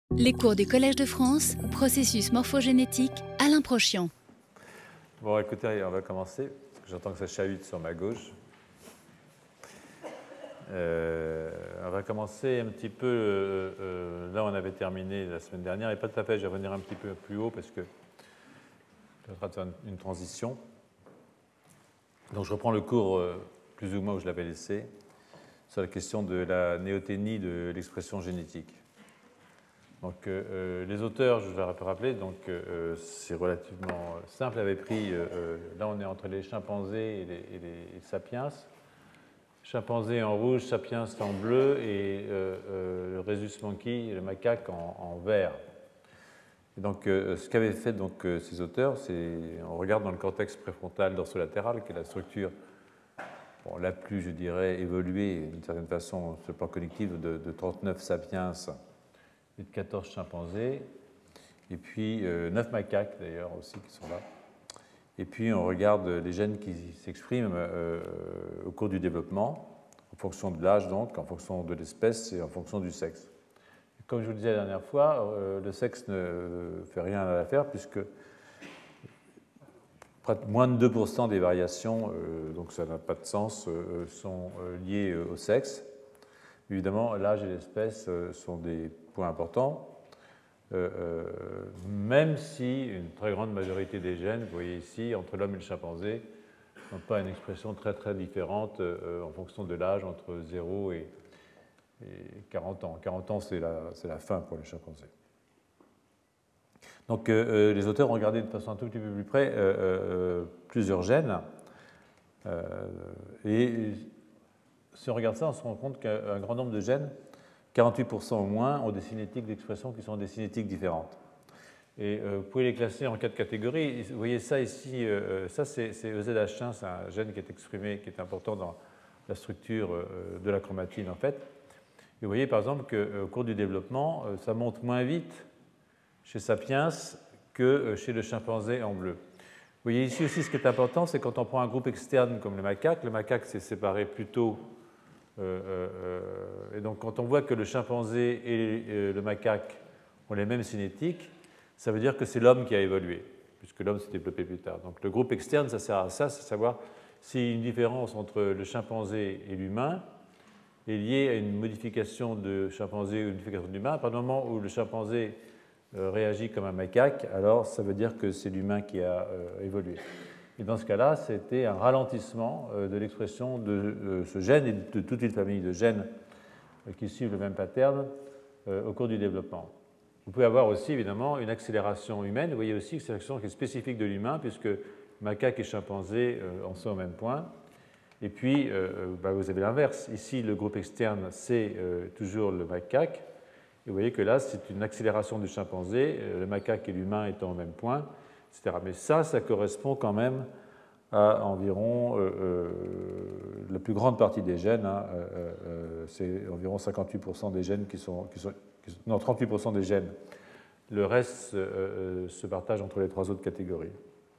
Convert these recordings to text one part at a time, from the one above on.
Les cours du Collège de France, processus morphogénétique, Alain Prochian. Bon, écoutez, on va commencer. J'entends que ça chahute sur ma gauche. On va commencer un petit peu. Là, on avait terminé la semaine dernière, et pas tout à fait. Je vais revenir un petit peu plus haut parce que je vais faire une transition. Donc, je reprends le cours plus ou moins où je l'avais laissé sur la question de la néoténie de l'expression génétique. Donc, les auteurs, je vais rappeler, donc c'est relativement simple, avaient pris, là on est entre les chimpanzés et les sapiens. Chimpanzés en rouge, sapiens en bleu et le rhesus monkey, le macaque en vert. Et donc, ce qu'avaient fait donc, ces auteurs, c'est, on regarde dans le cortex préfrontal dorsolatéral, qui est la structure la plus, je dirais, évoluée d'une certaine façon sur le plan cognitif de 39 sapiens et de 14 chimpanzés, et puis 9 macaques d'ailleurs aussi qui sont là. Et puis on regarde les gènes qui s'expriment au cours du développement, en fonction de l'âge donc, en fonction de l'espèce et en fonction du sexe. Et comme je vous le disais la dernière fois, le sexe ne fait rien à l'affaire puisque moins de 2% des variations, donc ça n'a pas de sens, sont liées au sexe. Évidemment, l'âge et l'espèce sont des points importants, même si une très grande majorité des gènes, vous voyez ici, entre l'homme et le chimpanzé, n'ont pas une expression très très différente en fonction de l'âge, entre 0 et 40 ans. 40 ans, c'est la fin pour les chimpanzés. Donc, les auteurs ont regardé de façon un tout petit peu plus près plusieurs gènes, et si on regarde ça, on se rend compte qu'un grand nombre de gènes, 48% au moins, ont des cinétiques d'expression qui sont des cinétiques différentes. Et vous pouvez les classer en 4 catégories. Vous voyez ça ici, ça c'est EZH1, c'est un gène qui est exprimé, qui est important dans la structure de la chromatine en fait. Et vous voyez par exemple qu'au cours du développement, ça monte moins vite chez Sapiens que chez le chimpanzé en bleu. Vous voyez ici aussi ce qui est important, c'est quand on prend un groupe externe comme le macaque s'est séparé plus tôt. Et donc, quand on voit que le chimpanzé et le macaque ont les mêmes cinétiques, ça veut dire que c'est l'homme qui a évolué, puisque l'homme s'est développé plus tard. Donc, le groupe externe, ça sert à ça, c'est savoir si une différence entre le chimpanzé et l'humain est liée à une modification de chimpanzé ou une modification de l'humain. À partir du moment où le chimpanzé réagit comme un macaque, alors ça veut dire que c'est l'humain qui a évolué. Et dans ce cas-là, c'était un ralentissement de l'expression de ce gène et de toute une famille de gènes qui suivent le même pattern au cours du développement. Vous pouvez avoir aussi, évidemment, une accélération humaine. Vous voyez aussi que c'est une accélération qui est spécifique de l'humain, puisque macaque et chimpanzé en sont au même point. Et puis, vous avez l'inverse. Ici, le groupe externe, c'est toujours le macaque. Et vous voyez que là, c'est une accélération du chimpanzé, le macaque et l'humain étant au même point, etc. Mais ça correspond quand même à environ la plus grande partie des gènes, c'est environ 58% des gènes non, 38% des gènes. Le reste se partage entre les 3 autres catégories.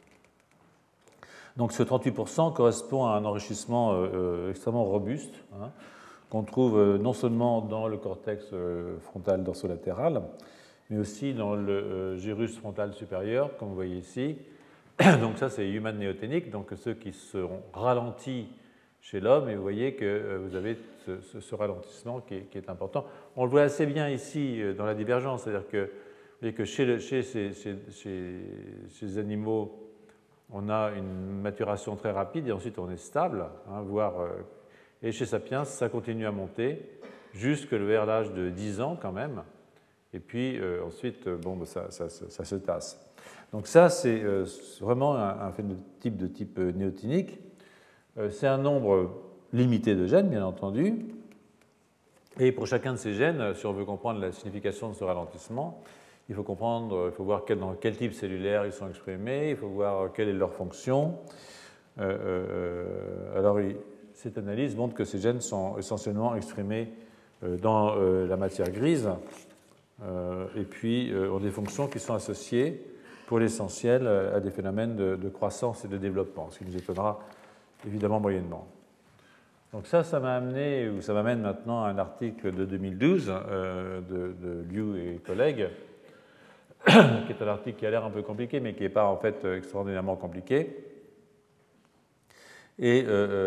Donc ce 38% correspond à un enrichissement extrêmement robuste, qu'on trouve non seulement dans le cortex frontal dorsolatéral, mais aussi dans le gyrus frontal supérieur, comme vous voyez ici. Donc ça, c'est human néoténique, donc ceux qui seront ralentis chez l'homme, et vous voyez que vous avez ce ralentissement qui est important. On le voit assez bien ici dans la divergence, c'est-à-dire que, vous voyez que chez ces animaux, on a une maturation très rapide et ensuite on est stable, et chez Sapiens, ça continue à monter jusque vers l'âge de 10 ans quand même, et puis ensuite, ça se tasse. Donc ça, c'est vraiment un phénotype de type néoténique. C'est un nombre limité de gènes, bien entendu, et pour chacun de ces gènes, si on veut comprendre la signification de ce ralentissement, il faut voir dans quel type cellulaire ils sont exprimés, il faut voir quelle est leur fonction. Alors, cette analyse montre que ces gènes sont essentiellement exprimés dans la matière grise, et puis ont des fonctions qui sont associées, pour l'essentiel, à des phénomènes de croissance et de développement, ce qui nous étonnera évidemment moyennement. Donc ça m'a amené, ou ça m'amène maintenant à un article de 2012 de Liu et collègues, qui est un article qui a l'air un peu compliqué, mais qui n'est pas en fait extraordinairement compliqué. Et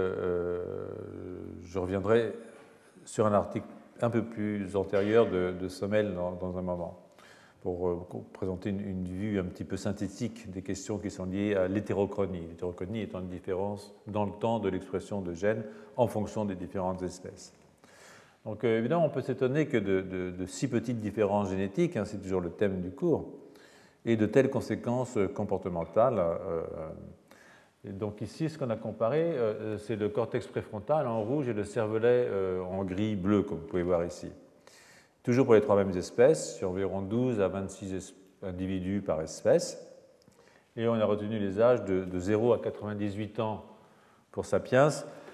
je reviendrai sur un article un peu plus antérieur de Sommel dans un moment, pour présenter une vue un petit peu synthétique des questions qui sont liées à l'hétérochronie. L'hétérochronie étant une différence dans le temps de l'expression de gènes en fonction des différentes espèces. Donc évidemment, on peut s'étonner que de si petites différences génétiques, hein, c'est toujours le thème du cours, et de telles conséquences comportementales. Et donc ici, ce qu'on a comparé, c'est le cortex préfrontal en rouge et le cervelet en gris-bleu, comme vous pouvez voir ici. Toujours pour les trois mêmes espèces, sur environ 12 à 26 individus par espèce. Et on a retenu les âges de 0 à 98 ans pour Sapiens,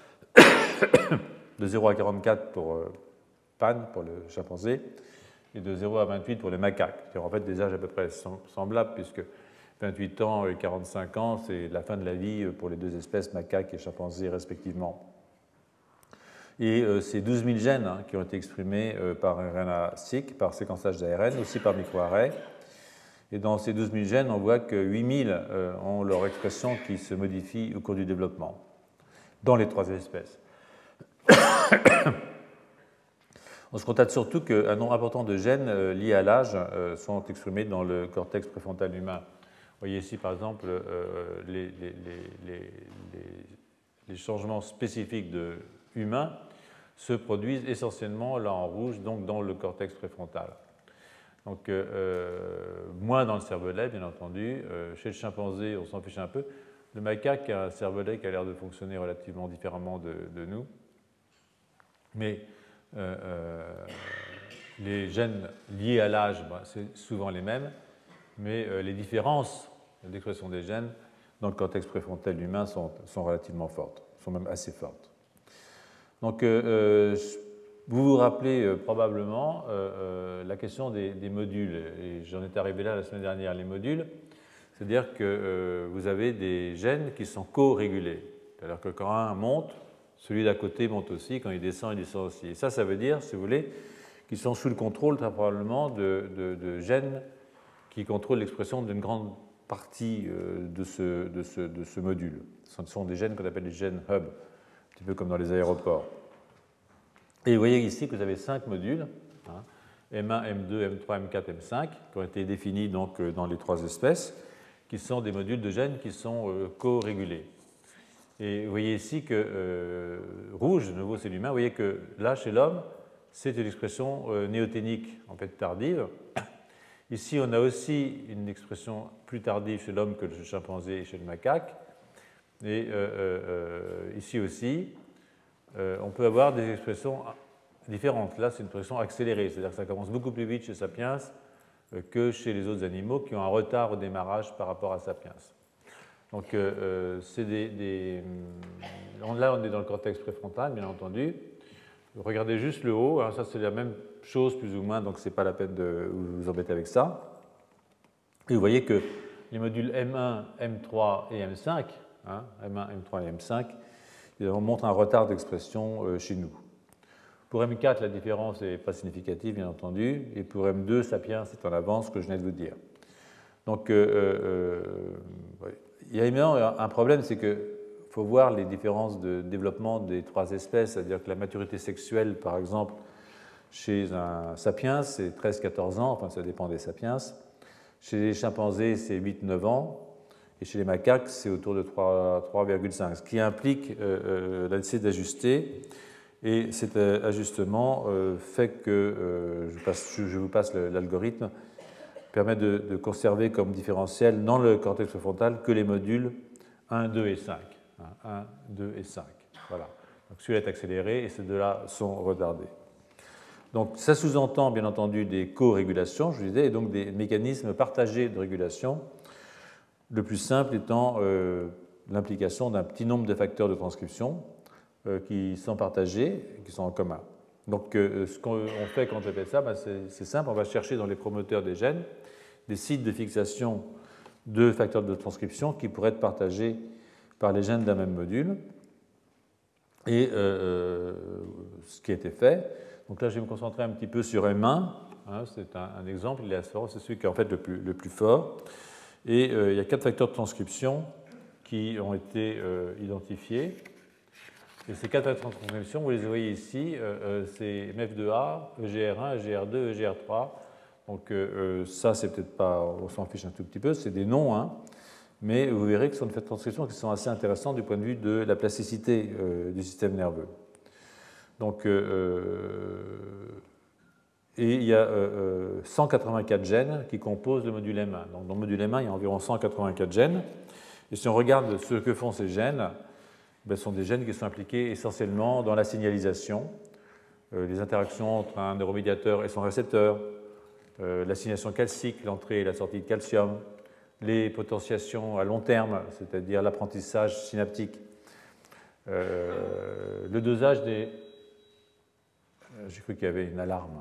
de 0 à 44 pour Pan, pour le chimpanzé, et de 0 à 28 pour les macaques. C'est-à-dire en fait des âges à peu près semblables, puisque 28 ans et 45 ans, c'est la fin de la vie pour les deux espèces, macaques et chimpanzés respectivement. Et ces 12 000 gènes hein, qui ont été exprimés par RNA-seq, par séquençage d'ARN, aussi par microarray. Et dans ces 12 000 gènes, on voit que 8 000 ont leur expression qui se modifie au cours du développement, dans les trois espèces. On se constate surtout qu'un nombre important de gènes liés à l'âge sont exprimés dans le cortex préfrontal humain. Vous voyez ici, par exemple, les changements spécifiques de humains se produisent essentiellement là en rouge, donc dans le cortex préfrontal. Donc, moins dans le cervelet, bien entendu. Chez le chimpanzé, on s'en fiche un peu. Le macaque a un cervelet qui a l'air de fonctionner relativement différemment de nous. Mais les gènes liés à l'âge, c'est souvent les mêmes, mais les différences d'expression des gènes dans le cortex préfrontal humain sont relativement fortes, sont même assez fortes. Donc, vous vous rappelez probablement la question des modules, et j'en étais arrivé là la semaine dernière, les modules, c'est-à-dire que vous avez des gènes qui sont co-régulés, c'est-à-dire que quand un monte, celui d'à côté monte aussi, quand il descend aussi. Et ça veut dire, si vous voulez, qu'ils sont sous le contrôle très probablement de gènes qui contrôlent l'expression d'une grande partie de ce module. Ce sont des gènes qu'on appelle les gènes hub, un petit peu comme dans les aéroports. Et vous voyez ici que vous avez 5 modules, hein, M1, M2, M3, M4, M5, qui ont été définis donc, dans les trois espèces, qui sont des modules de gènes qui sont co-régulés. Et vous voyez ici que rouge, de nouveau c'est l'humain, vous voyez que là, chez l'homme, c'est une expression néoténique, en fait tardive. Ici, on a aussi une expression plus tardive chez l'homme que chez le chimpanzé et chez le macaque. Et ici aussi, on peut avoir des expressions différentes. Là, c'est une expression accélérée, c'est-à-dire que ça commence beaucoup plus vite chez Sapiens que chez les autres animaux qui ont un retard au démarrage par rapport à Sapiens. Donc, c'est là, on est dans le cortex préfrontal, bien entendu. Regardez juste le haut, hein, ça c'est la même chose plus ou moins, donc ce n'est pas la peine de vous embêter avec ça. Et vous voyez que les modules M1, M3 et M5, hein, M1, M3 et M5, on montre un retard d'expression chez nous. Pour M4, la différence n'est pas significative, bien entendu, et pour M2, Sapiens, c'est en avance, ce que je venais de vous dire. Donc, il y a évidemment un problème, c'est qu'il faut voir les différences de développement des trois espèces, c'est-à-dire que la maturité sexuelle, par exemple, chez un sapiens, c'est 13-14 ans, enfin ça dépend des sapiens. Chez les chimpanzés, c'est 8-9 ans, et chez les macaques, c'est autour de 3,5, ce qui implique la nécessité d'ajuster. Et cet ajustement fait que, je vous passe l'algorithme, permet de conserver comme différentiel dans le cortex préfrontal que les modules 1, 2 et 5. 1, 2 et 5. Voilà. Donc celui-là est accéléré et ces deux-là sont retardés. Donc ça sous-entend bien entendu des co-régulations, je vous disais, et donc des mécanismes partagés de régulation, le plus simple étant l'implication d'un petit nombre de facteurs de transcription qui sont partagés, qui sont en commun. Donc ce qu'on fait quand on fait ça, c'est simple, on va chercher dans les promoteurs des gènes des sites de fixation de facteurs de transcription qui pourraient être partagés par les gènes d'un même module. Et ce qui a été fait, donc là je vais me concentrer un petit peu sur M1, hein, c'est un exemple, il est assez fort, c'est celui qui est en fait le plus fort. Et il y a 4 facteurs de transcription qui ont été identifiés. Et ces 4 facteurs de transcription, vous les voyez ici, c'est MF2A, EGR1, EGR2, EGR3. Donc ça, c'est peut-être pas, on s'en fiche un tout petit peu, c'est des noms, hein, mais vous verrez que ce sont des facteurs de transcription qui sont assez intéressants du point de vue de la plasticité du système nerveux. Donc, et il y a 184 gènes qui composent le module M1. Donc, dans le module M1, il y a environ 184 gènes. Et si on regarde ce que font ces gènes, ce sont des gènes qui sont impliqués essentiellement dans la signalisation, les interactions entre un neuromédiateur et son récepteur, l'assignation calcique, l'entrée et la sortie de calcium, les potentiations à long terme, c'est-à-dire l'apprentissage synaptique, le dosage des... J'ai cru qu'il y avait une alarme.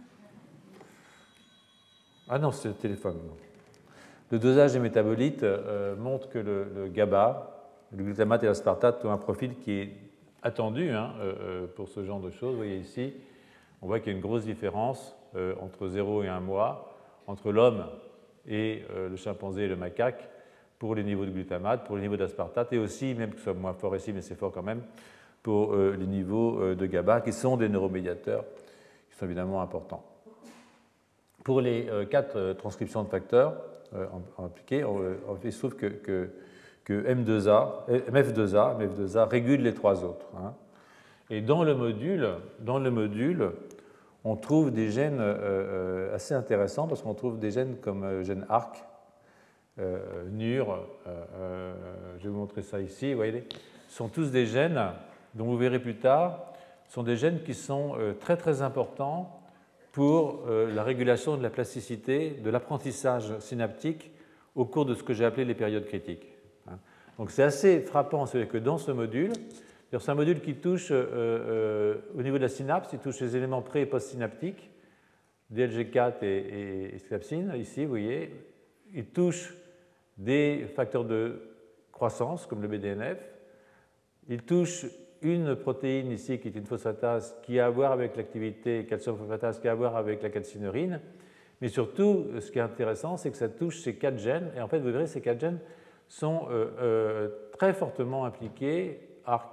Ah non, c'est le téléphone. Le dosage des métabolites montre que le GABA, le glutamate et l'aspartate ont un profil qui est attendu hein, pour ce genre de choses. Vous voyez ici, on voit qu'il y a une grosse différence entre 0 et 1 mois entre l'homme et le chimpanzé et le macaque pour les niveaux de glutamate, pour les niveaux d'aspartate et aussi, même que ce soit moins fort ici, mais c'est fort quand même, pour les niveaux de GABA qui sont des neuromédiateurs qui sont évidemment importants. Pour les 4 transcriptions de facteurs impliqués, il se trouve que MF2A régule les 3 autres. Hein. Et dans le module, on trouve des gènes assez intéressants parce qu'on trouve des gènes comme gène ARC, NUR, je vais vous montrer ça ici, vous voyez, ce sont tous des gènes dont vous verrez plus tard, sont des gènes qui sont très très importants pour la régulation de la plasticité, de l'apprentissage synaptique au cours de ce que j'ai appelé les périodes critiques. Donc c'est assez frappant que dans ce module, c'est un module qui touche au niveau de la synapse, il touche les éléments pré- et post-synaptiques, DLG4 et scapsine, ici vous voyez, il touche des facteurs de croissance comme le BDNF, il touche une protéine ici qui est une phosphatase qui a à voir avec l'activité calcium-phosphatase, qui a à voir avec la calcinurine. Mais surtout, ce qui est intéressant, c'est que ça touche ces 4 gènes. Et en fait, vous verrez, ces 4 gènes sont très fortement impliqués, ARC,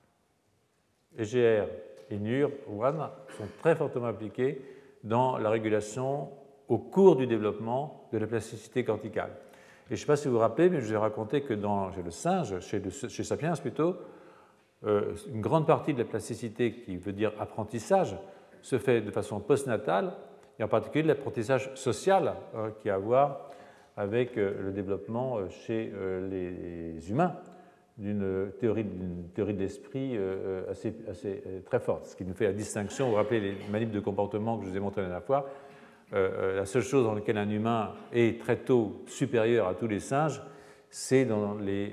EGR et NUR1 sont très fortement impliqués dans la régulation au cours du développement de la plasticité corticale. Et je ne sais pas si vous vous rappelez, mais je vous ai raconté que chez le singe, chez Sapiens plutôt, une grande partie de la plasticité, qui veut dire apprentissage, se fait de façon postnatale, et en particulier de l'apprentissage social qui a à voir avec le développement chez les humains d'une théorie de l'esprit assez très forte, ce qui nous fait la distinction. Vous vous rappelez les manips de comportement que je vous ai montré la dernière fois, la seule chose dans laquelle un humain est très tôt supérieur à tous les singes, c'est dans les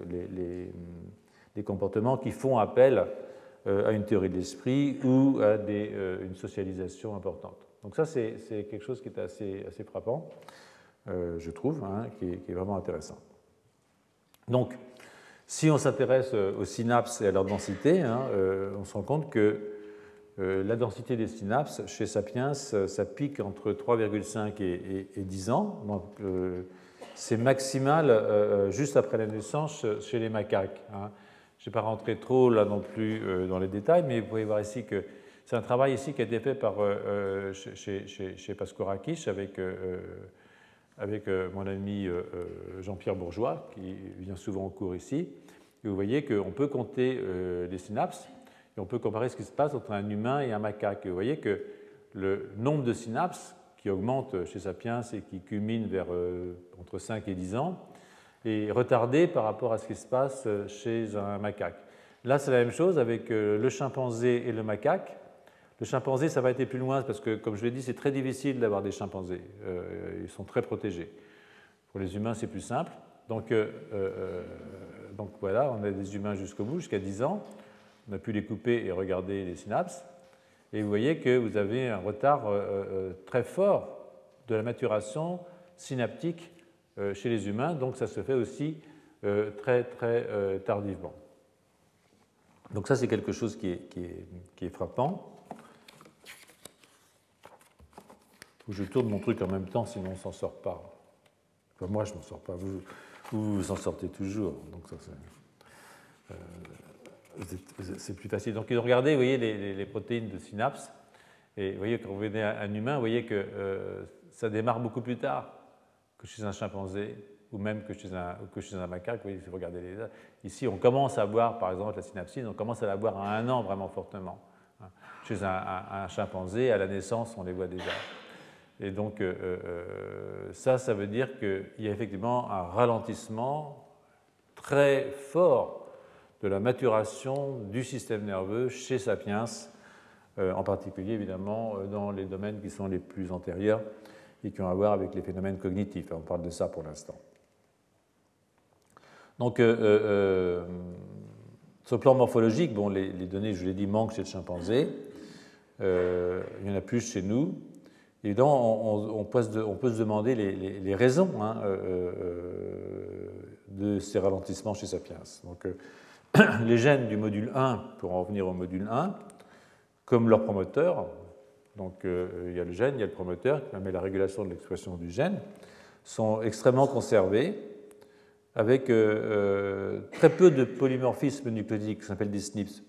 comportements qui font appel à une théorie de l'esprit ou à une socialisation importante. Donc ça, c'est quelque chose qui est assez frappant, je trouve, hein, qui est vraiment intéressant. Donc, si on s'intéresse aux synapses et à leur densité, hein, on se rend compte que la densité des synapses chez Sapiens, ça pique entre 3,5 et 10 ans. Donc, c'est maximal juste après la naissance chez les macaques. Hein. Je ne vais pas rentrer trop là non plus dans les détails, mais vous pouvez voir ici que c'est un travail ici qui a été fait par, chez Paskorakis avec mon ami Jean-Pierre Bourgeois, qui vient souvent au cours ici. Et vous voyez qu'on peut compter les synapses et on peut comparer ce qui se passe entre un humain et un macaque. Et vous voyez que le nombre de synapses qui augmente chez Sapiens et qui culmine vers entre 5 et 10 ans est retardé par rapport à ce qui se passe chez un macaque. Là, c'est la même chose avec le chimpanzé et le macaque. Le chimpanzé, ça va être plus loin parce que, comme je l'ai dit, c'est très difficile d'avoir des chimpanzés. Ils sont très protégés. Pour les humains, c'est plus simple. Donc voilà, on a des humains jusqu'au bout, jusqu'à 10 ans. On a pu les couper et regarder les synapses. Et vous voyez que vous avez un retard très fort de la maturation synaptique chez les humains. Donc ça se fait aussi très tardivement. Donc ça, c'est quelque chose qui est frappant. Je tourne mon truc en même temps, sinon on ne s'en sort pas. Enfin, moi, je ne m'en sors pas. Vous vous en sortez toujours. Donc ça, c'est plus facile. Donc, regardez, vous voyez les protéines de synapse. Et vous voyez, quand vous venez à un humain, vous voyez que ça démarre beaucoup plus tard que chez un chimpanzé ou même que chez un macaque. Vous voyez, si vous regardez ici, on commence à voir, par exemple, la synapsine, on commence à la voir à 1 an vraiment fortement. Chez un chimpanzé, à la naissance, on les voit déjà. Et donc, ça veut dire qu'il y a effectivement un ralentissement très fort de la maturation du système nerveux chez Sapiens, en particulier évidemment dans les domaines qui sont les plus antérieurs et qui ont à voir avec les phénomènes cognitifs. On parle de ça pour l'instant. Donc, sur le plan morphologique, bon, les données, je vous l'ai dit, manquent chez le chimpanzé. Il y en a plus chez nous. Évidemment, on peut se demander les raisons de ces ralentissements chez Sapiens. Donc, les gènes du module 1, pour en revenir au module 1, comme leur promoteur, donc il y a le gène, il y a le promoteur qui permet la régulation de l'expression du gène, sont extrêmement conservés avec très peu de polymorphisme nucléotidique, qui s'appelle des SNPs.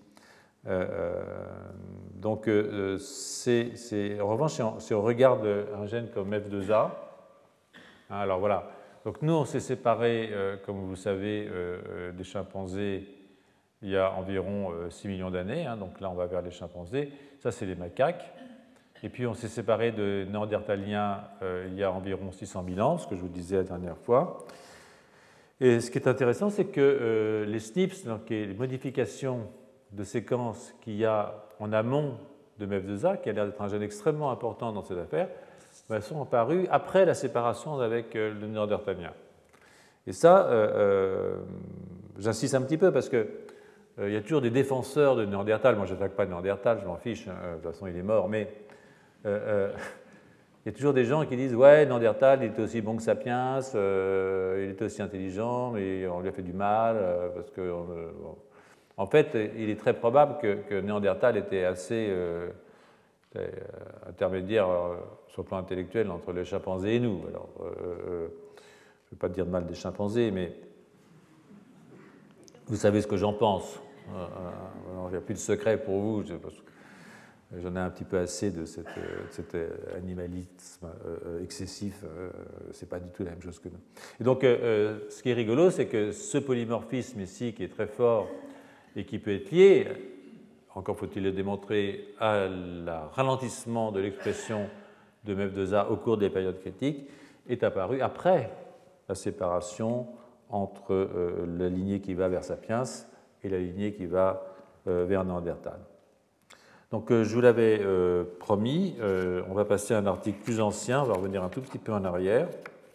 Donc, en revanche, si on regarde un gène comme F2A, alors voilà, donc nous on s'est séparés, comme vous le savez, des chimpanzés il y a environ 6 millions d'années, donc là on va vers les chimpanzés, ça c'est les macaques, et puis on s'est séparés de néandertaliens il y a environ 600 000 ans, ce que je vous disais la dernière fois. Et ce qui est intéressant, c'est que les SNPs, donc les modifications de séquences qu'il y a en amont de MEF2A, qui a l'air d'être un gène extrêmement important dans cette affaire, elles sont apparues après la séparation avec le néandertalien. Et ça, j'insiste un petit peu parce que il y a toujours des défenseurs de Néandertal. Moi, je n'attaque pas Néandertal, je m'en fiche, de toute façon, il est mort, mais il y a toujours des gens qui disent « Ouais, Néandertal, il était aussi bon que Sapiens, il était aussi intelligent, mais on lui a fait du mal, parce que... En fait, il est très probable que Néandertal était assez intermédiaire sur le plan intellectuel entre les chimpanzés et nous. Alors, je ne veux pas dire de mal des chimpanzés, mais vous savez ce que j'en pense. Il n'y a plus de secret pour vous, j'en ai un petit peu assez de cet animalisme excessif, ce n'est pas du tout la même chose que nous. Et donc, ce qui est rigolo, c'est que ce polymorphisme ici, qui est très fort et qui peut être lié, encore faut-il le démontrer, à la ralentissement de l'expression de MEF2A au cours des périodes critiques, est apparu après la séparation entre la lignée qui va vers Sapiens et la lignée qui va vers Néandertal. Donc, je vous l'avais promis, on va passer à un article plus ancien, on va revenir un tout petit peu en arrière.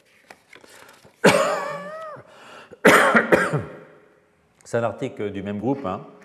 C'est un article du même groupe,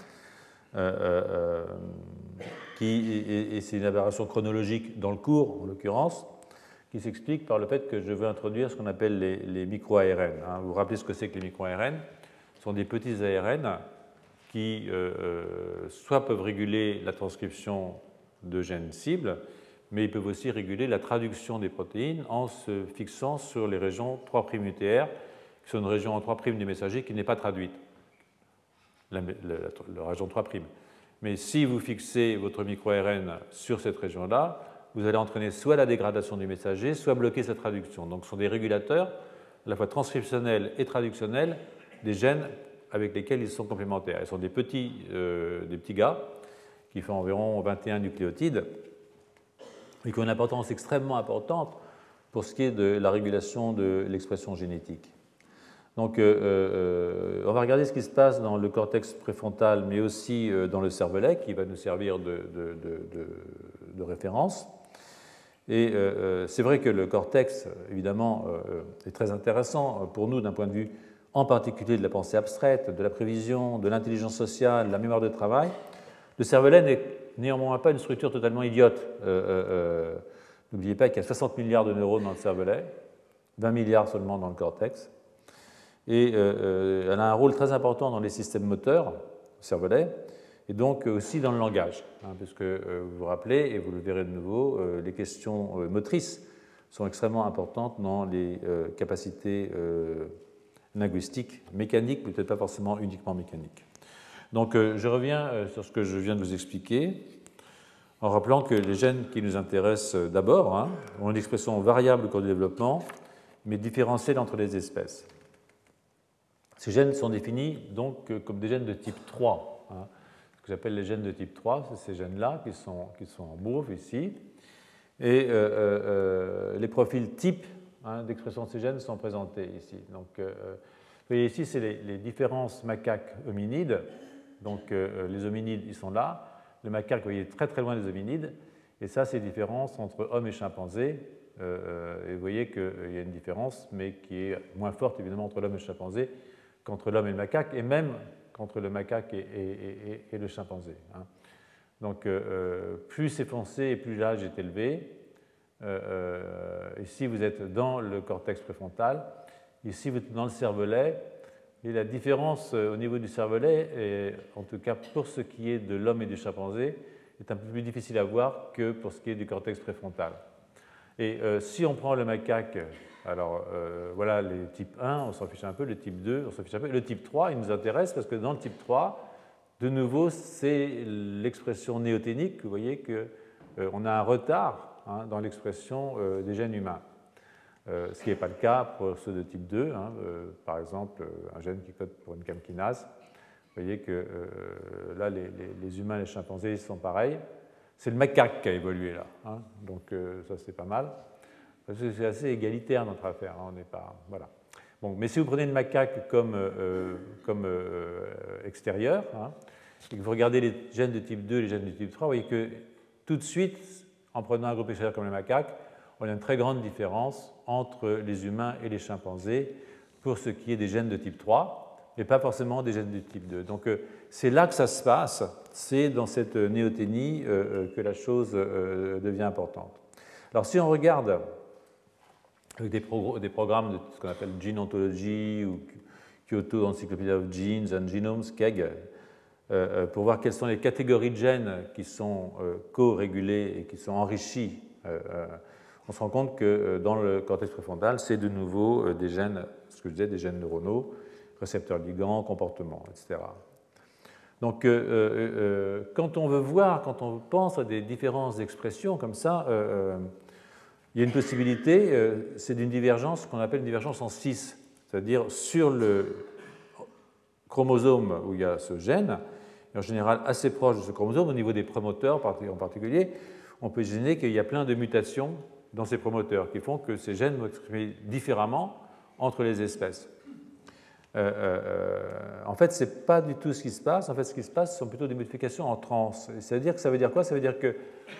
et c'est une aberration chronologique dans le cours, en l'occurrence, qui s'explique par le fait que je veux introduire ce qu'on appelle les micro-ARN. Vous vous rappelez ce que c'est que les micro-ARN? Ce sont des petits ARN qui soit peuvent réguler la transcription de gènes cibles, mais ils peuvent aussi réguler la traduction des protéines en se fixant sur les régions 3' UTR, qui sont une région en 3' du messager qui n'est pas traduite, la région 3'. Mais si vous fixez votre micro-ARN sur cette région-là, vous allez entraîner soit la dégradation du messager, soit bloquer sa traduction. Donc ce sont des régulateurs, à la fois transcriptionnels et traductionnels, des gènes avec lesquels ils sont complémentaires. Ils sont des petits gars qui font environ 21 nucléotides et qui ont une importance extrêmement importante pour ce qui est de la régulation de l'expression génétique. Donc, on va regarder ce qui se passe dans le cortex préfrontal, mais aussi dans le cervelet, qui va nous servir de référence. Et c'est vrai que le cortex, évidemment, est très intéressant pour nous d'un point de vue en particulier de la pensée abstraite, de la prévision, de l'intelligence sociale, de la mémoire de travail. Le cervelet n'est néanmoins pas une structure totalement idiote. N'oubliez pas qu'il y a 60 milliards de neurones dans le cervelet, 20 milliards seulement dans le cortex. Et elle a un rôle très important dans les systèmes moteurs, le cervelet, et donc aussi dans le langage, puisque vous vous rappelez, et vous le verrez de nouveau, les questions motrices sont extrêmement importantes dans les capacités linguistiques, mécaniques, mais peut-être pas forcément uniquement mécaniques. Donc je reviens sur ce que je viens de vous expliquer, en rappelant que les gènes qui nous intéressent d'abord ont une expression variable au cours du développement, mais différenciée entre les espèces. Ces gènes sont définis donc comme des gènes de type 3, ce que j'appelle les gènes de type 3, c'est ces gènes-là qui sont en mauve ici, et les profils types d'expression de ces gènes sont présentés ici. Donc, vous voyez ici, c'est les différences macaques-hominides, donc les hominides, ils sont là. Le macaque, vous voyez, très très loin des hominides. Et ça, c'est les différences entre hommes et chimpanzés. Et vous voyez qu'il y a une différence, mais qui est moins forte, évidemment, entre l'homme et le chimpanzé qu'entre l'homme et le macaque, et même qu'entre le macaque et le chimpanzé. Donc, plus c'est foncé et plus l'âge est élevé. Ici, vous êtes dans le cortex préfrontal. Ici, vous êtes dans le cervelet. Et la différence au niveau du cervelet, et en tout cas pour ce qui est de l'homme et du chimpanzé, est un peu plus difficile à voir que pour ce qui est du cortex préfrontal. Et si on prend le macaque, alors voilà les types 1, on s'en fiche un peu, le type 2, on s'en fiche un peu, le type 3, il nous intéresse parce que dans le type 3, de nouveau, c'est l'expression néoténique. Vous voyez qu'on a un retard dans l'expression des gènes humains. Ce qui n'est pas le cas pour ceux de type 2, par exemple un gène qui code pour une CAM kinase. Vous voyez que là, les humains et les chimpanzés sont pareils. C'est le macaque qui a évolué là, donc ça c'est pas mal. C'est assez égalitaire notre affaire, on n'est pas. Voilà. Bon, mais si vous prenez le macaque comme extérieur, et que vous regardez les gènes de type 2 et les gènes de type 3, vous voyez que tout de suite, en prenant un groupe extérieur comme le macaque, on a une très grande différence entre les humains et les chimpanzés pour ce qui est des gènes de type 3, mais pas forcément des gènes de type 2. Donc c'est là que ça se passe, c'est dans cette néoténie que la chose devient importante. Alors si on regarde avec des programmes de ce qu'on appelle Gene Ontology ou Kyoto Encyclopedia of Genes and Genomes, KEGG, pour voir quelles sont les catégories de gènes qui sont co-régulées et qui sont enrichies, on se rend compte que dans le cortex préfrontal, c'est de nouveau des gènes, ce que je disais, des gènes neuronaux, récepteurs ligands, comportement, etc. Donc, quand on veut voir, quand on pense à des différences d'expression comme ça, il y a une possibilité, c'est d'une divergence qu'on appelle une divergence en 6, c'est-à-dire sur le chromosome où il y a ce gène, et en général assez proche de ce chromosome, au niveau des promoteurs en particulier, on peut imaginer qu'il y a plein de mutations dans ces promoteurs qui font que ces gènes vont s'exprimer différemment entre les espèces. En fait, ce n'est pas du tout ce qui se passe. En fait, ce qui se passe, ce sont plutôt des modifications en trans. C'est-à-dire que ça veut dire quoi? Ça veut dire que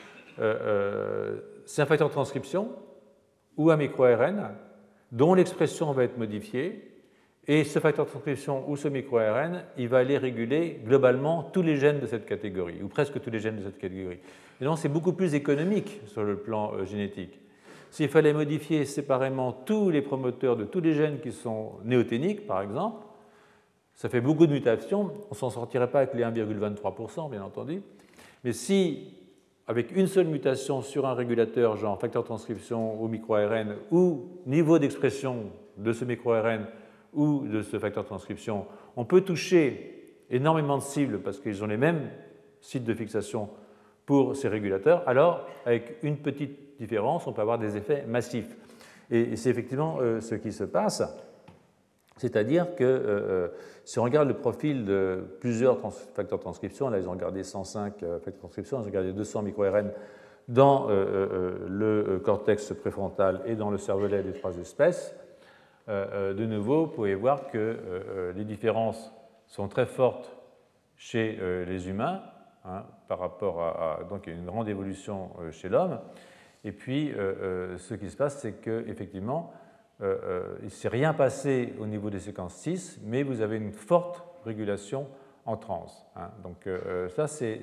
c'est un facteur de transcription ou un micro-ARN dont l'expression va être modifiée, et ce facteur de transcription ou ce micro-ARN, il va aller réguler globalement tous les gènes de cette catégorie, ou presque tous les gènes de cette catégorie. Et donc, c'est beaucoup plus économique sur le plan génétique. S'il fallait modifier séparément tous les promoteurs de tous les gènes qui sont néoténiques, par exemple, ça fait beaucoup de mutations, on ne s'en sortirait pas avec les 1,23%, bien entendu. Mais si, avec une seule mutation sur un régulateur, genre facteur de transcription ou micro-ARN, ou niveau d'expression de ce micro-ARN ou de ce facteur de transcription, on peut toucher énormément de cibles parce qu'ils ont les mêmes sites de fixation pour ces régulateurs, alors avec une petite différence, on peut avoir des effets massifs. Et c'est effectivement ce qui se passe, c'est-à-dire que si on regarde le profil de plusieurs facteurs de transcription, là ils ont regardé 105 facteurs de transcription, ils ont regardé 200 micro-ARN dans le cortex préfrontal et dans le cervelet des trois espèces, de nouveau, vous pouvez voir que les différences sont très fortes chez les humains, par rapport à donc il y a une grande évolution chez l'homme. Et puis, ce qui se passe, c'est qu'effectivement, il ne s'est rien passé au niveau des séquences 6, mais vous avez une forte régulation en trans. Donc, ça, c'est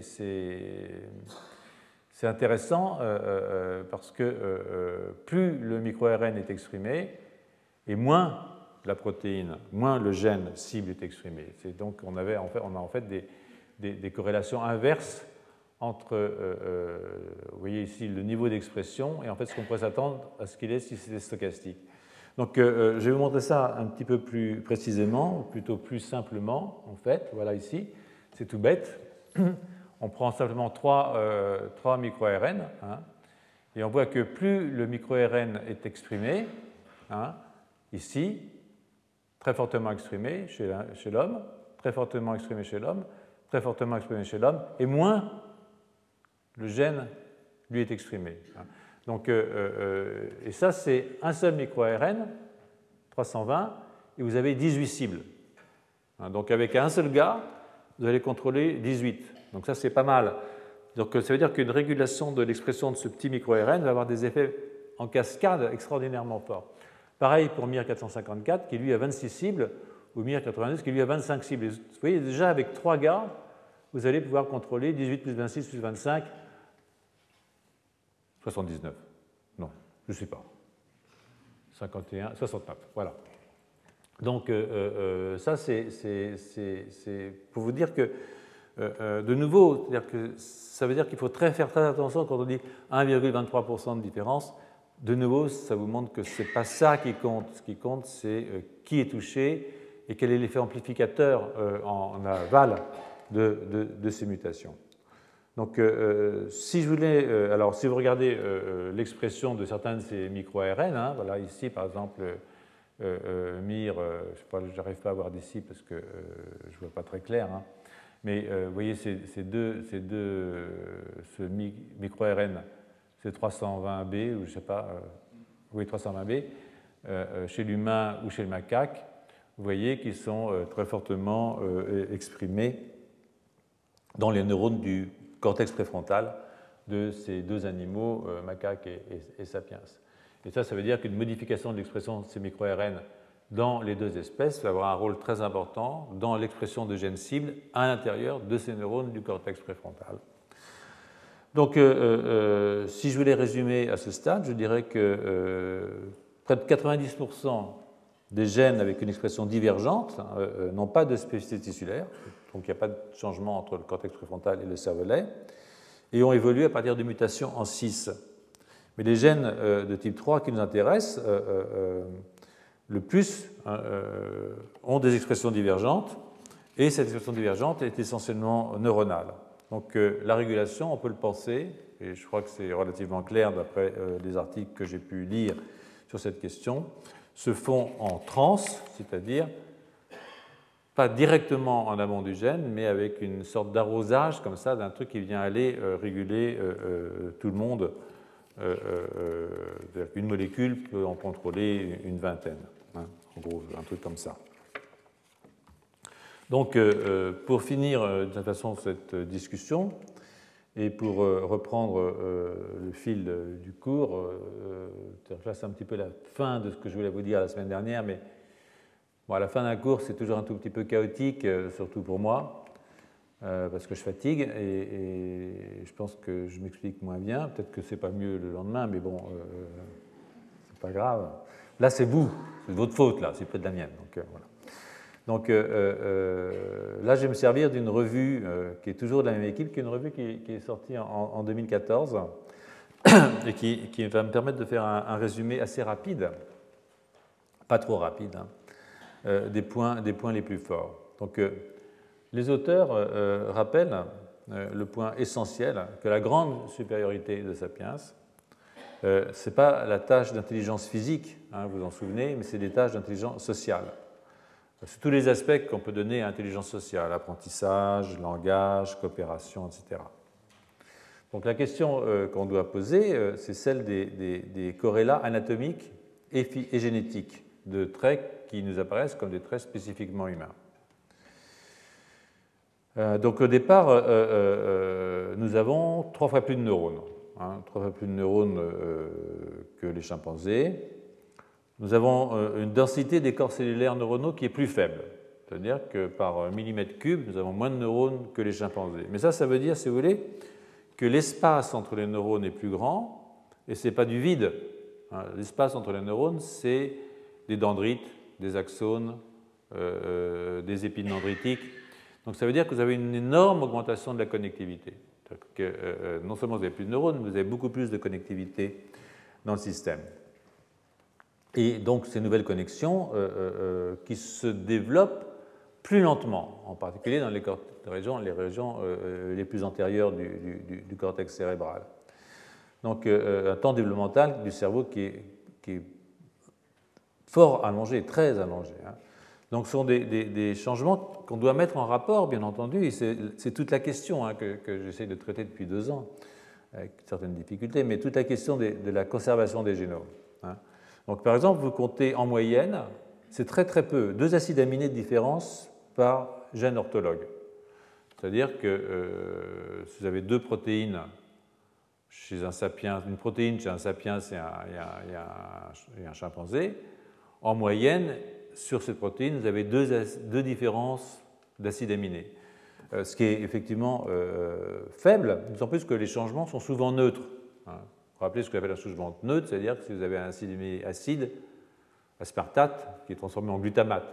intéressant parce que plus le micro-ARN est exprimé, et moins la protéine, moins le gène cible est exprimé. Donc, on a en fait des corrélations inverses entre, vous voyez ici, le niveau d'expression et en fait ce qu'on pourrait s'attendre à ce qu'il est si c'était stochastique. Donc je vais vous montrer ça un petit peu plus précisément, ou plutôt plus simplement, en fait. Voilà ici, c'est tout bête. On prend simplement 3 micro-RN, hein, et on voit que plus le micro-RN est exprimé, hein, ici, très fortement exprimé chez l'homme, très fortement exprimé chez l'homme, très fortement exprimé chez l'homme, et moins le gène, lui, est exprimé. Donc, et ça, c'est un seul micro-ARN, 320, et vous avez 18 cibles. Donc, avec un seul gars, vous allez contrôler 18. Donc, ça, c'est pas mal. Donc, ça veut dire qu'une régulation de l'expression de ce petit micro-ARN va avoir des effets en cascade extraordinairement forts. Pareil pour MIR 454, qui lui a 26 cibles, ou MIR 92, qui lui a 25 cibles. Et vous voyez, déjà, avec 3 gars, vous allez pouvoir contrôler 18 plus 26 plus 25, 79. Non, je ne sais pas. 51, 69, voilà. Donc, ça, c'est pour vous dire que, de nouveau, ça veut dire qu'il faut faire très attention quand on dit 1,23% de différence. De nouveau, ça vous montre que ce n'est pas ça qui compte. Ce qui compte, c'est qui est touché et quel est l'effet amplificateur en aval de ces mutations. Donc, si je voulais, alors si vous regardez l'expression de certains de ces micro-ARN, hein, voilà ici par exemple MIR, je n'arrive pas à voir d'ici parce que je ne vois pas très clair, hein, mais vous voyez ce micro-ARN, c'est 320B ou je ne sais pas, oui 320B, chez l'humain ou chez le macaque, vous voyez qu'ils sont très fortement exprimés dans les neurones du cortex préfrontal de ces deux animaux, macaques et sapiens. Et ça veut dire qu'une modification de l'expression de ces micro-ARN dans les deux espèces va avoir un rôle très important dans l'expression de gènes cibles à l'intérieur de ces neurones du cortex préfrontal. Donc, si je voulais résumer à ce stade, je dirais que près de 90% des gènes avec une expression divergente n'ont pas de spécificité tissulaire, donc il n'y a pas de changement entre le cortex préfrontal et le cervelet, et ont évolué à partir de mutations en 6. Mais les gènes de type 3 qui nous intéressent le plus ont des expressions divergentes, et cette expression divergente est essentiellement neuronale. Donc la régulation, on peut le penser, et je crois que c'est relativement clair d'après les articles que j'ai pu lire sur cette question, se font en transe, c'est-à-dire pas directement en amont du gène, mais avec une sorte d'arrosage comme ça d'un truc qui vient aller réguler tout le monde. Une molécule peut en contrôler une vingtaine, hein, en gros, un truc comme ça. Donc, pour finir de toute façon cette discussion, et pour reprendre le fil du cours, là c'est un petit peu la fin de ce que je voulais vous dire la semaine dernière, mais bon, à la fin d'un cours c'est toujours un tout petit peu chaotique, surtout pour moi, parce que je fatigue et je pense que je m'explique moins bien. Peut-être que c'est pas mieux le lendemain, mais bon, c'est pas grave. Là c'est vous, c'est votre faute là, c'est peut-être la mienne. Donc voilà. Donc là, je vais me servir d'une revue qui est toujours de la même équipe, qui est une revue qui est sortie en 2014 et qui va me permettre de faire un résumé assez rapide, pas trop rapide, hein, des points les plus forts. Donc les auteurs rappellent le point essentiel, que la grande supériorité de Sapiens, ce n'est pas la tâche d'intelligence physique, hein, vous en souvenez, mais c'est des tâches d'intelligence sociale. C'est tous les aspects qu'on peut donner à l'intelligence sociale, apprentissage, langage, coopération, etc. Donc la question qu'on doit poser, c'est celle des corrélats anatomiques et génétiques de traits qui nous apparaissent comme des traits spécifiquement humains. Donc au départ, nous avons 3 fois plus de neurones, hein, 3 fois plus de neurones que les chimpanzés. Nous avons une densité des corps cellulaires neuronaux qui est plus faible, c'est-à-dire que par millimètre cube, nous avons moins de neurones que les chimpanzés. Mais ça veut dire, si vous voulez, que l'espace entre les neurones est plus grand, et ce n'est pas du vide. L'espace entre les neurones, c'est des dendrites, des axones, des épines dendritiques. Donc ça veut dire que vous avez une énorme augmentation de la connectivité. Non seulement vous avez plus de neurones, mais vous avez beaucoup plus de connectivité dans le système. Et donc ces nouvelles connexions qui se développent plus lentement, en particulier dans les régions les plus antérieures du cortex cérébral. Donc un temps développemental du cerveau qui est fort allongé, très allongé. Donc ce sont des changements qu'on doit mettre en rapport, bien entendu, et c'est toute la question que j'essaie de traiter depuis 2 ans, avec certaines difficultés, mais toute la question de la conservation des génomes. Donc par exemple, vous comptez en moyenne, c'est très très peu, 2 acides aminés de différence par gène orthologue. C'est-à-dire que si vous avez 2 protéines chez un sapiens, une protéine chez un sapiens et un chimpanzé, en moyenne, sur cette protéine, vous avez 2 différences d'acides aminés, ce qui est effectivement faible, d'autant plus que les changements sont souvent neutres. Vous vous rappelez ce qu'on appelle un changement neutre, c'est-à-dire que si vous avez un acide aminé acide, aspartate, qui est transformé en glutamate,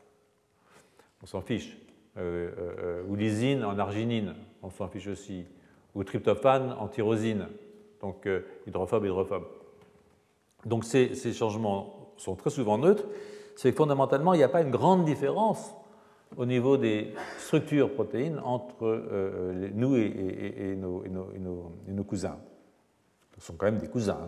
on s'en fiche, ou lysine en arginine, on s'en fiche aussi, ou tryptophane en tyrosine, donc hydrophobe. Donc ces changements sont très souvent neutres, c'est que fondamentalement, il n'y a pas une grande différence au niveau des structures protéines entre nous et nos cousins. Ce sont quand même des cousins.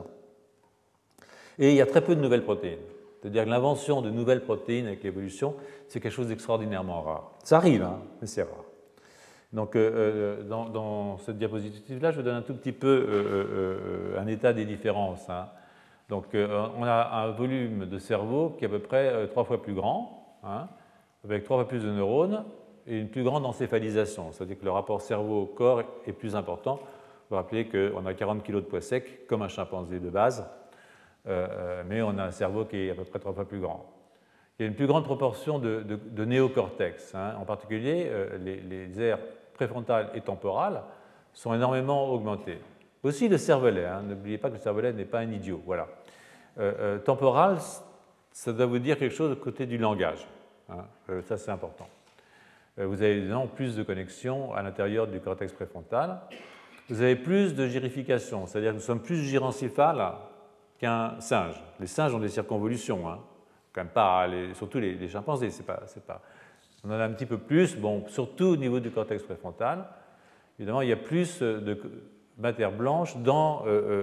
Et il y a très peu de nouvelles protéines. C'est-à-dire que l'invention de nouvelles protéines avec l'évolution, c'est quelque chose d'extraordinairement rare. Ça arrive, mais c'est rare. Donc, dans cette diapositive-là, je vous donne un tout petit peu un état des différences. Donc, on a un volume de cerveau qui est à peu près 3 fois plus grand, avec 3 fois plus de neurones et une plus grande encéphalisation. C'est-à-dire que le rapport cerveau-corps est plus important. Vous vous rappelez qu'on a 40 kg de poids sec, comme un chimpanzé de base, mais on a un cerveau qui est à peu près 3 fois plus grand. Il y a une plus grande proportion de néocortex. En particulier, les aires préfrontales et temporales sont énormément augmentées. Aussi le cervelet. N'oubliez pas que le cervelet n'est pas un idiot. Voilà. Temporal, ça doit vous dire quelque chose du côté du langage. Ça, c'est important. Vous avez évidemment plus de connexions à l'intérieur du cortex préfrontal. Vous avez plus de girification, c'est-à-dire que nous sommes plus girencéphales qu'un singe. Les singes ont des circonvolutions, quand même pas, surtout les chimpanzés, c'est pas. On en a un petit peu plus, surtout au niveau du cortex préfrontal. Évidemment, il y a plus de matière blanche dans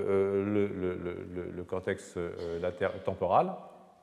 le cortex temporal.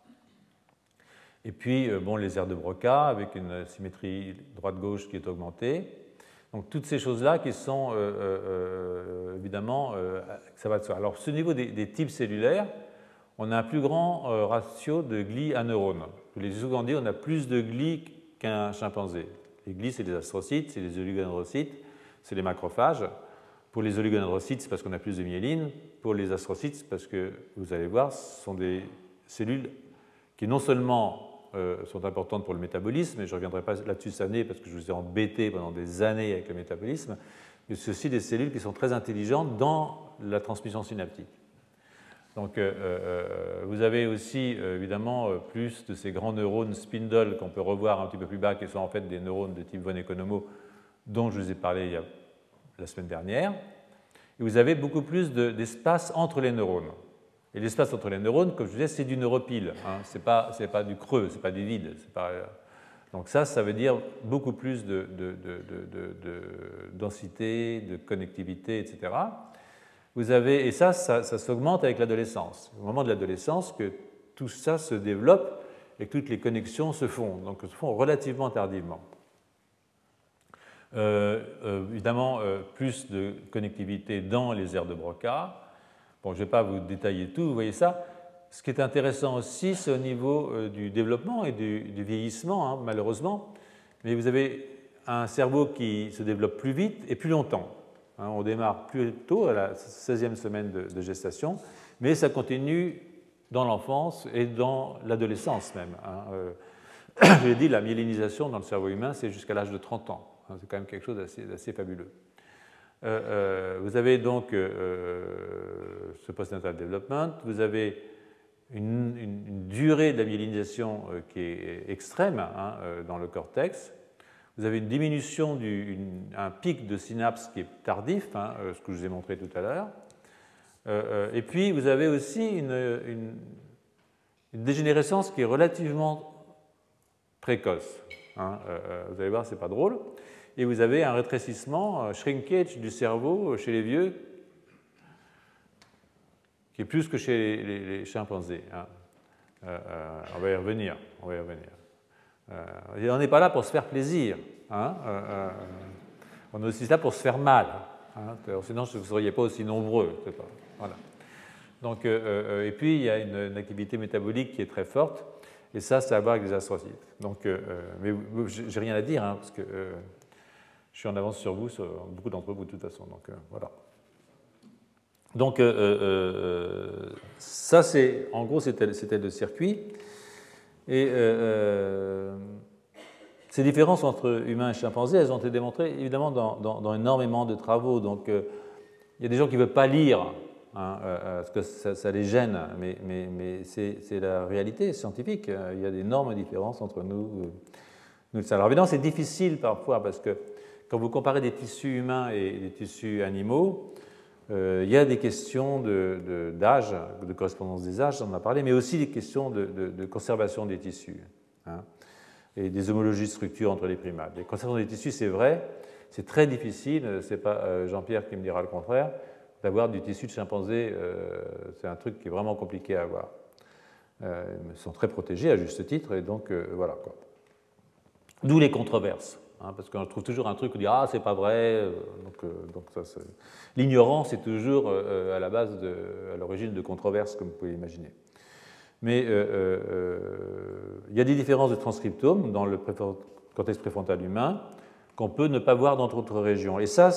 Et puis, les aires de Broca avec une symétrie droite-gauche qui est augmentée. Donc, toutes ces choses-là qui sont évidemment, ça va de soi. Alors, ce niveau des types cellulaires, on a un plus grand ratio de glis à neurones. Les secondiers, on a plus de glis qu'un chimpanzé. Les glis, c'est les astrocytes, c'est les oligodendrocytes, c'est les macrophages. Pour les oligodendrocytes, c'est parce qu'on a plus de myéline. Pour les astrocytes, c'est parce que, vous allez voir, ce sont des cellules qui non seulement sont importantes pour le métabolisme, et je ne reviendrai pas là-dessus cette année parce que je vous ai embêté pendant des années avec le métabolisme, mais c'est aussi des cellules qui sont très intelligentes dans la transmission synaptique. Donc vous avez aussi évidemment plus de ces grands neurones spindle qu'on peut revoir un petit peu plus bas, qui sont en fait des neurones de type von Economo dont je vous ai parlé la semaine dernière. Et vous avez beaucoup plus d'espace entre les neurones. Et l'espace entre les neurones, comme je vous disais, c'est du neuropile. Ce n'est pas du creux, ce n'est pas du vide. Donc ça veut dire beaucoup plus de densité, de connectivité, etc. Vous avez, et ça s'augmente avec l'adolescence. Au moment de l'adolescence, que tout ça se développe et que toutes les connexions se font, donc se font relativement tardivement. Évidemment, plus de connectivité dans les aires de Broca. Je ne vais pas vous détailler tout, vous voyez ça. Ce qui est intéressant aussi, c'est au niveau du développement et du vieillissement, malheureusement. Mais vous avez un cerveau qui se développe plus vite et plus longtemps. On démarre plus tôt, à la 16e semaine de gestation, mais ça continue dans l'enfance et dans l'adolescence même. Je l'ai dit, la myélinisation dans le cerveau humain, c'est jusqu'à l'âge de 30 ans. C'est quand même quelque chose d'assez fabuleux. Vous avez donc ce postnatal development, vous avez une durée de la myélinisation qui est extrême dans le cortex. vous avez une diminution, un pic de synapse qui est tardif, hein, ce que je vous ai montré tout à l'heure. Et puis, vous avez aussi une dégénérescence qui est relativement précoce. Hein. Vous allez voir, ce n'est pas drôle. Et vous avez un rétrécissement, shrinkage du cerveau chez les vieux, qui est plus que chez les chimpanzés. Hein. On va y revenir. Et on n'est pas là pour se faire plaisir. Hein. On est aussi là pour se faire mal. Hein. Sinon, vous ne seriez pas aussi nombreux. Voilà. Donc, et puis, il y a une activité métabolique qui est très forte. Et ça a à voir avec les astrocytes. Donc, mais je n'ai rien à dire, hein, parce que je suis en avance sur vous, sur beaucoup d'entre vous, de toute façon. Donc, voilà. Donc, ça, en gros, c'était le circuit. Et ces différences entre humains et chimpanzés, elles ont été démontrées, évidemment, dans énormément de travaux. Donc, il y a des gens qui ne veulent pas lire, hein, parce que ça les gêne, mais c'est la réalité scientifique. Il y a d'énormes différences entre nous. Alors, évidemment, c'est difficile parfois, parce que quand vous comparez des tissus humains et des tissus animaux, il y a des questions d'âge, de correspondance des âges, on en a parlé, mais aussi des questions de conservation des tissus, hein, et des homologies de structure entre les primates. La conservation des tissus, c'est vrai, c'est très difficile, ce n'est pas Jean-Pierre qui me dira le contraire, d'avoir du tissu de chimpanzé, c'est un truc qui est vraiment compliqué à avoir. Ils sont très protégés à juste titre, et donc voilà, quoi. D'où les controverses. Hein, parce qu'on trouve toujours un truc où on dit « Ah, c'est pas vrai ». Donc l'ignorance est toujours à la base, à l'origine de controverses, comme vous pouvez l'imaginer. Mais il y a des différences de transcriptome dans le cortex préfrontal humain qu'on peut ne pas voir dans d'autres régions. Et ça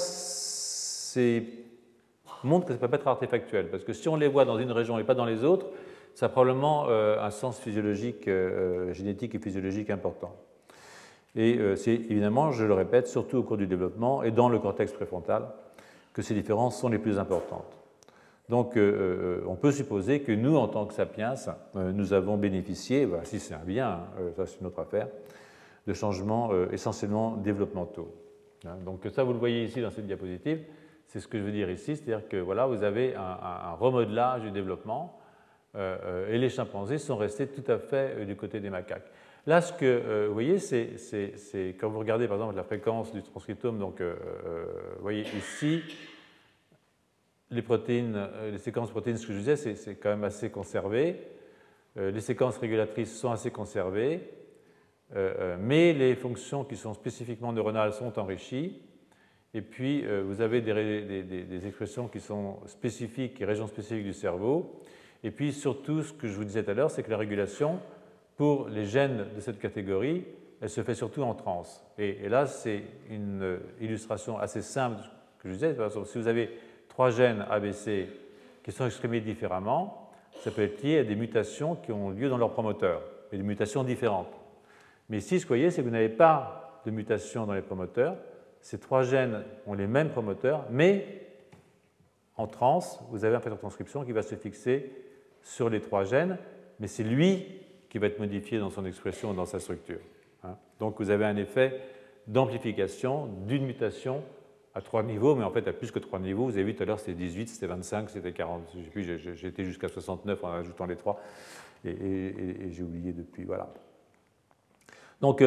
montre que ça ne peut pas être artefactuel, parce que si on les voit dans une région et pas dans les autres, ça a probablement un sens physiologique, génétique et physiologique important. Et c'est évidemment, je le répète, surtout au cours du développement et dans le cortex préfrontal, que ces différences sont les plus importantes. Donc, on peut supposer que nous, en tant que sapiens, nous avons bénéficié, si c'est un bien, ça c'est une autre affaire, de changements essentiellement développementaux. Donc ça, vous le voyez ici dans cette diapositive, c'est ce que je veux dire ici, c'est-à-dire que voilà, vous avez un remodelage du développement et les chimpanzés sont restés tout à fait du côté des macaques. Là, ce que vous voyez, c'est quand vous regardez par exemple la fréquence du transcriptome, donc vous voyez ici, les protéines, les séquences protéines, ce que je disais, c'est quand même assez conservé. Les séquences régulatrices sont assez conservées, mais les fonctions qui sont spécifiquement neuronales sont enrichies. Et puis, vous avez des expressions qui sont spécifiques et régions spécifiques du cerveau. Et puis, surtout, ce que je vous disais tout à l'heure, c'est que la régulation, pour les gènes de cette catégorie, elle se fait surtout en trans. Et là, c'est une illustration assez simple de ce que je disais. Par exemple, si vous avez 3 gènes ABC qui sont exprimés différemment, ça peut être lié à des mutations qui ont lieu dans leur promoteur, et des mutations différentes. Mais ici, ce que vous voyez, c'est que vous n'avez pas de mutation dans les promoteurs. Ces 3 gènes ont les mêmes promoteurs, mais en trans, vous avez un facteur de transcription qui va se fixer sur les 3 gènes, mais c'est lui qui va être modifié dans son expression et dans sa structure. Donc vous avez un effet d'amplification d'une mutation à 3 niveaux, mais en fait à plus que 3 niveaux. Vous avez vu tout à l'heure c'était 18, c'était 25, c'était 40, j'ai été jusqu'à 69 en ajoutant les 3, et j'ai oublié depuis, voilà. Donc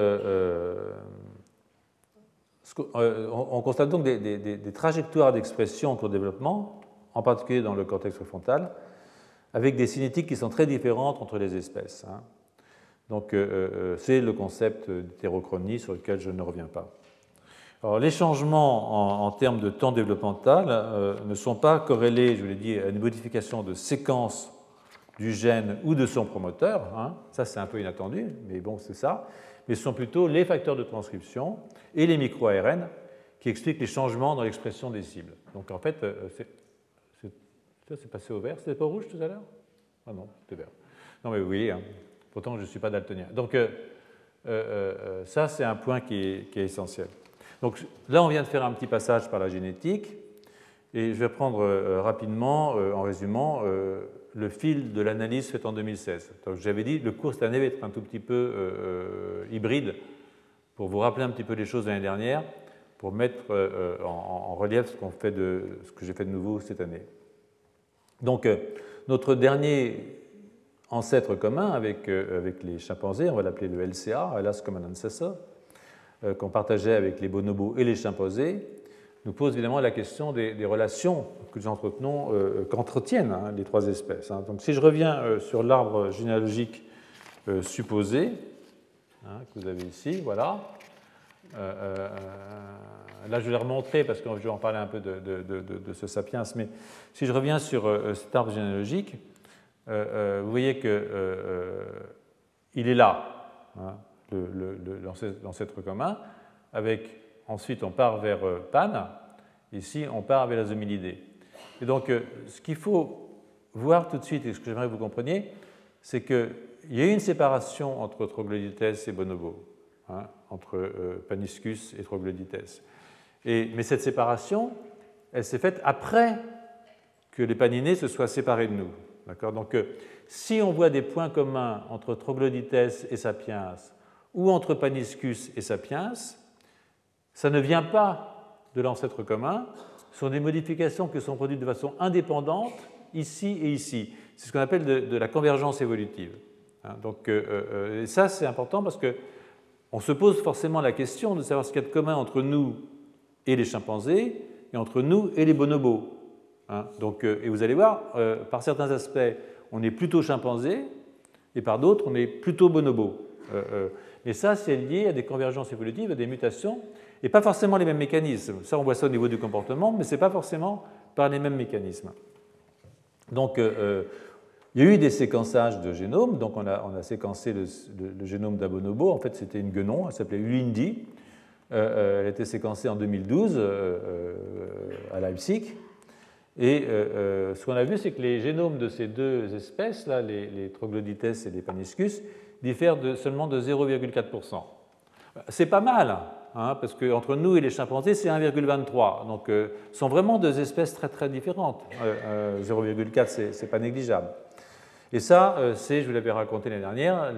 on constate donc des trajectoires d'expression pour le développement, en particulier dans le cortex préfrontal, avec des cinétiques qui sont très différentes entre les espèces. Donc, c'est le concept d'hétérochronie sur lequel je ne reviens pas. Alors, les changements en termes de temps développemental ne sont pas corrélés, je vous l'ai dit, à une modification de séquence du gène ou de son promoteur. Ça, c'est un peu inattendu, mais bon, c'est ça. Mais ce sont plutôt les facteurs de transcription et les micro-ARN qui expliquent les changements dans l'expression des cibles. Donc, en fait, ça, c'est passé au vert. C'était pas rouge tout à l'heure? Ah non, c'était vert. Non, mais vous voyez, pourtant, je ne suis pas daltonien. Donc, ça, c'est un point qui est essentiel. Donc, là, on vient de faire un petit passage par la génétique. Et je vais prendre rapidement, en résumant, le fil de l'analyse faite en 2016. Donc, j'avais dit, le cours cette année va être un tout petit peu hybride pour vous rappeler un petit peu les choses de l'année dernière, pour mettre en relief ce que j'ai fait de nouveau cette année. Donc, notre dernier ancêtre commun avec les chimpanzés, on va l'appeler le LCA, Last Common Ancestor, qu'on partageait avec les bonobos et les chimpanzés, nous pose évidemment la question des relations que nous entretenons, qu'entretiennent les trois espèces. Donc, si je reviens sur l'arbre généalogique supposé, que vous avez ici, voilà. Là, je vais le remontrer parce que je vais en parler un peu de ce sapiens, mais si je reviens sur cet arbre généalogique, vous voyez qu'il est là, l'ancêtre commun, avec, ensuite on part vers Pan, ici on part vers les hominidés. Et donc, ce qu'il faut voir tout de suite, et ce que j'aimerais que vous compreniez, c'est qu'il y a eu une séparation entre Troglodytes et bonobo, entre Paniscus et Troglodytes. Mais cette séparation, elle s'est faite après que les paninés se soient séparés de nous. Donc, si on voit des points communs entre Troglodytes et Sapiens ou entre Paniscus et Sapiens, ça ne vient pas de l'ancêtre commun, ce sont des modifications qui sont produites de façon indépendante ici et ici. C'est ce qu'on appelle de la convergence évolutive. Donc, ça, c'est important parce qu'on se pose forcément la question de savoir ce qu'il y a de commun entre nous et les chimpanzés et entre nous et les bonobos. Donc, et vous allez voir, par certains aspects, on est plutôt chimpanzé et par d'autres, on est plutôt bonobo. Mais ça, c'est lié à des convergences évolutives, à des mutations, et pas forcément les mêmes mécanismes. Ça, on voit ça au niveau du comportement, mais ce n'est pas forcément par les mêmes mécanismes. Donc, il y a eu des séquençages de génomes. Donc, on a séquencé le génome d'un bonobo. En fait, c'était une guenon, elle s'appelait Ulindi. Elle a été séquencée en 2012 à Leipzig. Et ce qu'on a vu, c'est que les génomes de ces deux espèces, là, les Troglodytes et les Paniscus, diffèrent seulement de 0,4%. C'est pas mal, parce qu'entre nous et les chimpanzés, c'est 1,23. Donc, ce sont vraiment deux espèces très très différentes. 0,4, c'est pas négligeable. Et ça, c'est, je vous l'avais raconté l'année dernière,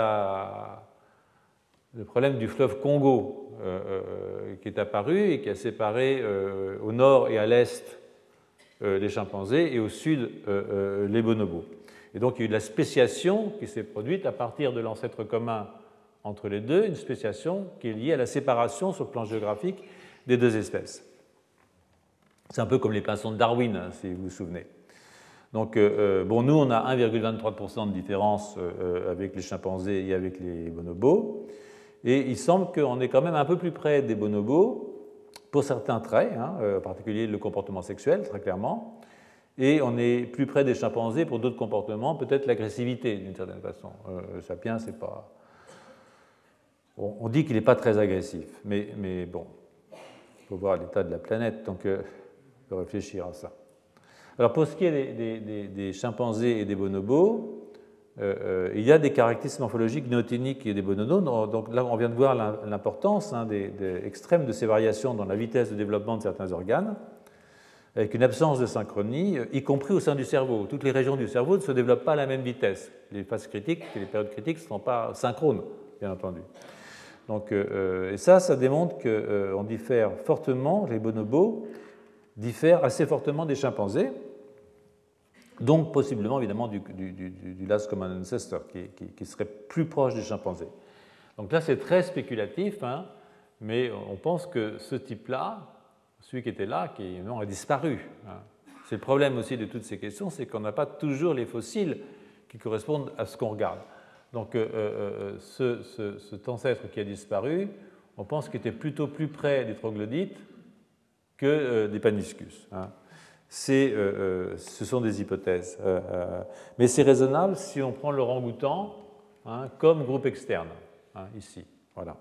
le problème du fleuve Congo qui est apparu et qui a séparé au nord et à l'est les chimpanzés et au sud les bonobos. Et donc il y a eu de la spéciation qui s'est produite à partir de l'ancêtre commun entre les deux, une spéciation qui est liée à la séparation sur le plan géographique des deux espèces. C'est un peu comme les pinsons de Darwin, si vous vous souvenez. Donc, nous, on a 1,23% de différence avec les chimpanzés et avec les bonobos. Et il semble qu'on est quand même un peu plus près des bonobos pour certains traits, en particulier le comportement sexuel, très clairement. Et on est plus près des chimpanzés pour d'autres comportements, peut-être l'agressivité, d'une certaine façon. Sapiens, c'est pas... On dit qu'il n'est pas très agressif, mais bon, il faut voir l'état de la planète, donc il faut réfléchir à ça. Alors, pour ce qui est des chimpanzés et des bonobos, il y a des caractéristiques morphologiques néoténiques des bonobos. Donc là, on vient de voir l'importance extrême de ces variations dans la vitesse de développement de certains organes, avec une absence de synchronie, y compris au sein du cerveau. Toutes les régions du cerveau ne se développent pas à la même vitesse. Les phases critiques et les périodes critiques ne sont pas synchrones, bien entendu. Donc, et ça démontre qu'on diffère fortement, les bonobos diffèrent assez fortement des chimpanzés, donc possiblement évidemment du Last Common Ancestor, qui serait plus proche des chimpanzés. Donc là, c'est très spéculatif, mais on pense que ce type-là, celui qui était là, qui a disparu. C'est le problème aussi de toutes ces questions, c'est qu'on n'a pas toujours les fossiles qui correspondent à ce qu'on regarde. Donc cet ancêtre qui a disparu, on pense qu'il était plutôt plus près des troglodytes que des paniscus. Ce sont des hypothèses. Mais c'est raisonnable si on prend l'orang-outan comme groupe externe, ici. Voilà.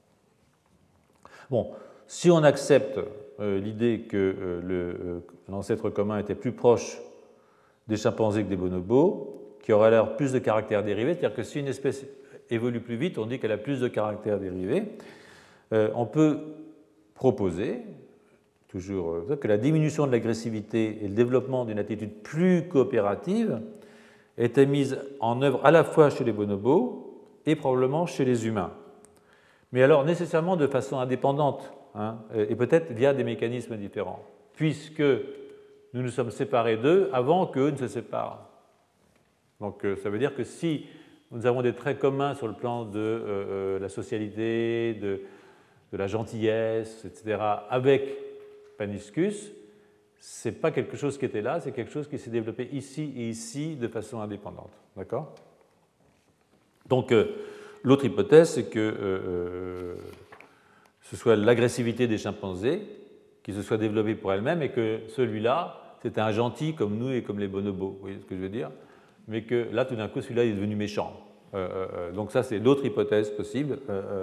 Bon, si on accepte l'idée que l'ancêtre commun était plus proche des chimpanzés que des bonobos, qui aurait alors plus de caractères dérivés, c'est-à-dire que si une espèce évolue plus vite, on dit qu'elle a plus de caractères dérivés, on peut proposer toujours que la diminution de l'agressivité et le développement d'une attitude plus coopérative étaient mises en œuvre à la fois chez les bonobos et probablement chez les humains. mais alors nécessairement de façon indépendante, hein, et peut-être via des mécanismes différents, puisque nous nous sommes séparés d'eux avant qu'eux ne se séparent. Donc ça veut dire que si nous avons des traits communs sur le plan de la socialité, de la gentillesse, etc., avec Paniscus, ce n'est pas quelque chose qui était là, c'est quelque chose qui s'est développé ici et ici de façon indépendante. D'accord ? Donc, l'autre hypothèse, c'est que ce soit l'agressivité des chimpanzés qui se soit développée pour elle-même et que celui-là, c'était un gentil comme nous et comme les bonobos, vous voyez ce que je veux dire ? Mais que là, tout d'un coup, celui-là est devenu méchant. Donc ça, c'est l'autre hypothèse possible.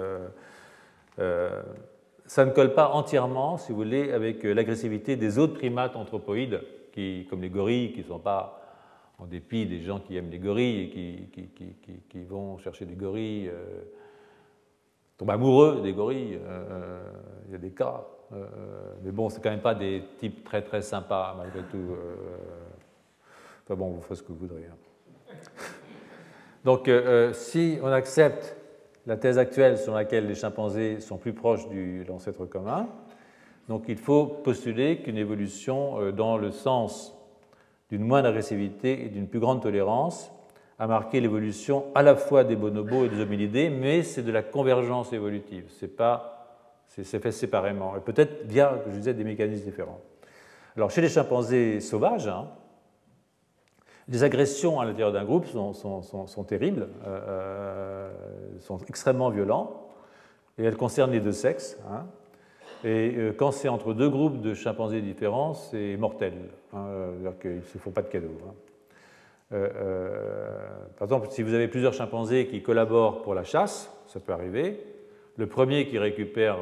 Ça ne colle pas entièrement, si vous voulez, avec l'agressivité des autres primates anthropoïdes, comme les gorilles, qui ne sont pas, en dépit des gens qui aiment les gorilles et qui vont chercher des gorilles, tombent amoureux des gorilles. Il y a des cas. Mais bon, ce n'est quand même pas des types très très sympas, malgré tout. Enfin bon, vous ferez ce que vous voudrez. Hein. Donc, si on accepte la thèse actuelle selon laquelle les chimpanzés sont plus proches de l'ancêtre commun, donc il faut postuler qu'une évolution dans le sens d'une moindre agressivité et d'une plus grande tolérance a marqué l'évolution à la fois des bonobos et des hominidés, mais c'est de la convergence évolutive, c'est fait séparément, et peut-être via, je disais, des mécanismes différents. Alors, chez les chimpanzés sauvages, hein, les agressions à l'intérieur d'un groupe sont terribles, sont extrêmement violentes, et elles concernent les deux sexes. Hein, et quand c'est entre deux groupes de chimpanzés différents, c'est mortel. Hein, c'est-à-dire qu'ils ne se font pas de cadeaux. Hein. Par exemple, si vous avez plusieurs chimpanzés qui collaborent pour la chasse, ça peut arriver. Le premier qui récupère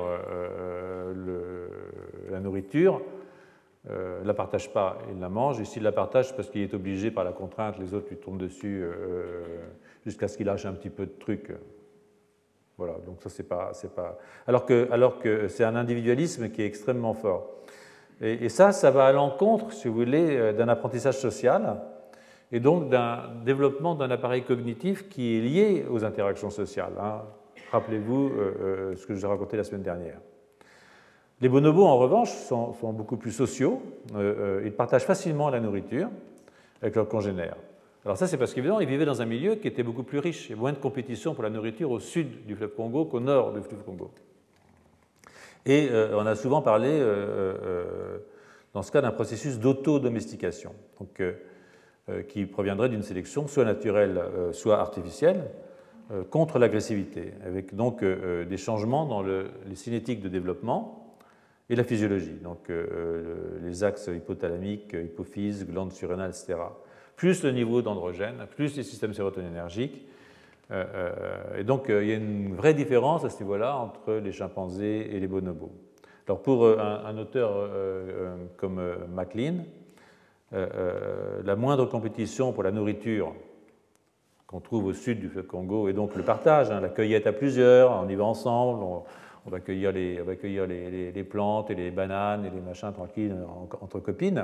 la nourriture, ne la partage pas, il la mange, et s'il la partage parce qu'il est obligé par la contrainte, les autres lui tombent dessus jusqu'à ce qu'il lâche un petit peu de trucs. Voilà, donc ça c'est pas. Alors que c'est un individualisme qui est extrêmement fort. Et ça va à l'encontre, si vous voulez, d'un apprentissage social et donc d'un développement d'un appareil cognitif qui est lié aux interactions sociales. Hein. Rappelez-vous ce que je vous ai raconté la semaine dernière. Les bonobos, en revanche, sont beaucoup plus sociaux. Ils partagent facilement la nourriture avec leurs congénères. Alors ça, c'est parce qu'évidemment, ils vivaient dans un milieu qui était beaucoup plus riche. Il y a moins de compétition pour la nourriture au sud du fleuve Congo qu'au nord du fleuve Congo. Et on a souvent parlé, dans ce cas, d'un processus d'autodomestication, qui proviendrait d'une sélection soit naturelle, soit artificielle, contre l'agressivité, avec donc des changements dans les cinétiques de développement et la physiologie, donc les axes hypothalamiques, hypophyse, glandes surrénales, etc. Plus le niveau d'androgène, plus les systèmes sérotoninergiques. Et donc il y a une vraie différence à ce niveau-là entre les chimpanzés et les bonobos. Alors pour un auteur comme MacLean, la moindre compétition pour la nourriture qu'on trouve au sud du fleuve Congo, et donc le partage, hein, la cueillette à plusieurs, on y va ensemble, on va cueillir les plantes et les bananes et les machins tranquilles entre copines.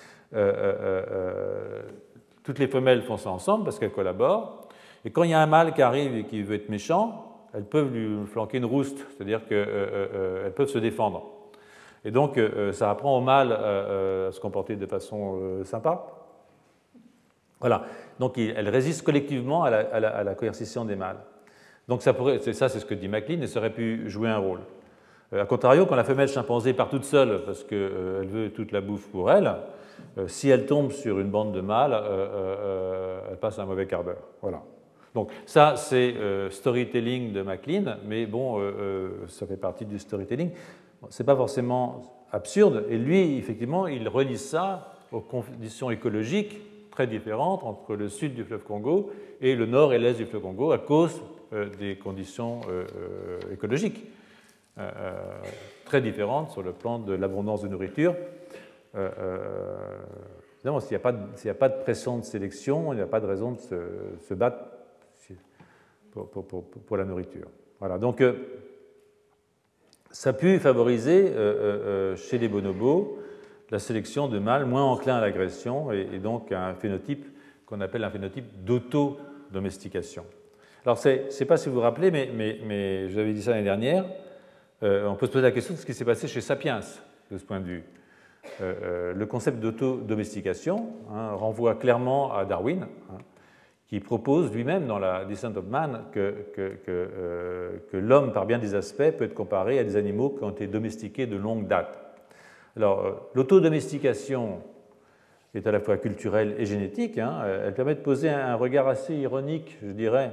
Toutes les femelles font ça ensemble parce qu'elles collaborent. Et quand il y a un mâle qui arrive et qui veut être méchant, elles peuvent lui flanquer une rouste, c'est-à-dire qu'elles peuvent se défendre. Et donc ça apprend au mâle à se comporter de façon sympa. Voilà. Donc elles résistent collectivement à la coercition des mâles. Donc c'est ce que dit MacLean, et ça aurait pu jouer un rôle. A contrario, quand la femelle chimpanzé part toute seule parce qu'elle veut toute la bouffe pour elle, si elle tombe sur une bande de mâles, elle passe un mauvais quart d'heure. Voilà. Donc ça, c'est storytelling de MacLean, mais bon, ça fait partie du storytelling. Ce n'est pas forcément absurde, et lui, effectivement, il relie ça aux conditions écologiques très différentes entre le sud du fleuve Congo et le nord et l'est du fleuve Congo à cause des conditions écologiques très différentes sur le plan de l'abondance de nourriture. Évidemment, s'il n'y a pas de pression de sélection, il n'y a pas de raison de se battre pour la nourriture. Voilà, donc ça a pu favoriser chez les bonobos la sélection de mâles moins enclins à l'agression et donc un phénotype qu'on appelle un phénotype d'autodomestication. Alors, je ne sais pas si vous vous rappelez, mais je vous avais dit ça l'année dernière, on peut se poser la question de ce qui s'est passé chez Sapiens, de ce point de vue. Le concept d'autodomestication renvoie clairement à Darwin, qui propose lui-même dans la Descent of Man que l'homme, par bien des aspects, peut être comparé à des animaux qui ont été domestiqués de longue date. Alors, l'autodomestication est à la fois culturelle et génétique. Elle permet de poser un regard assez ironique, je dirais,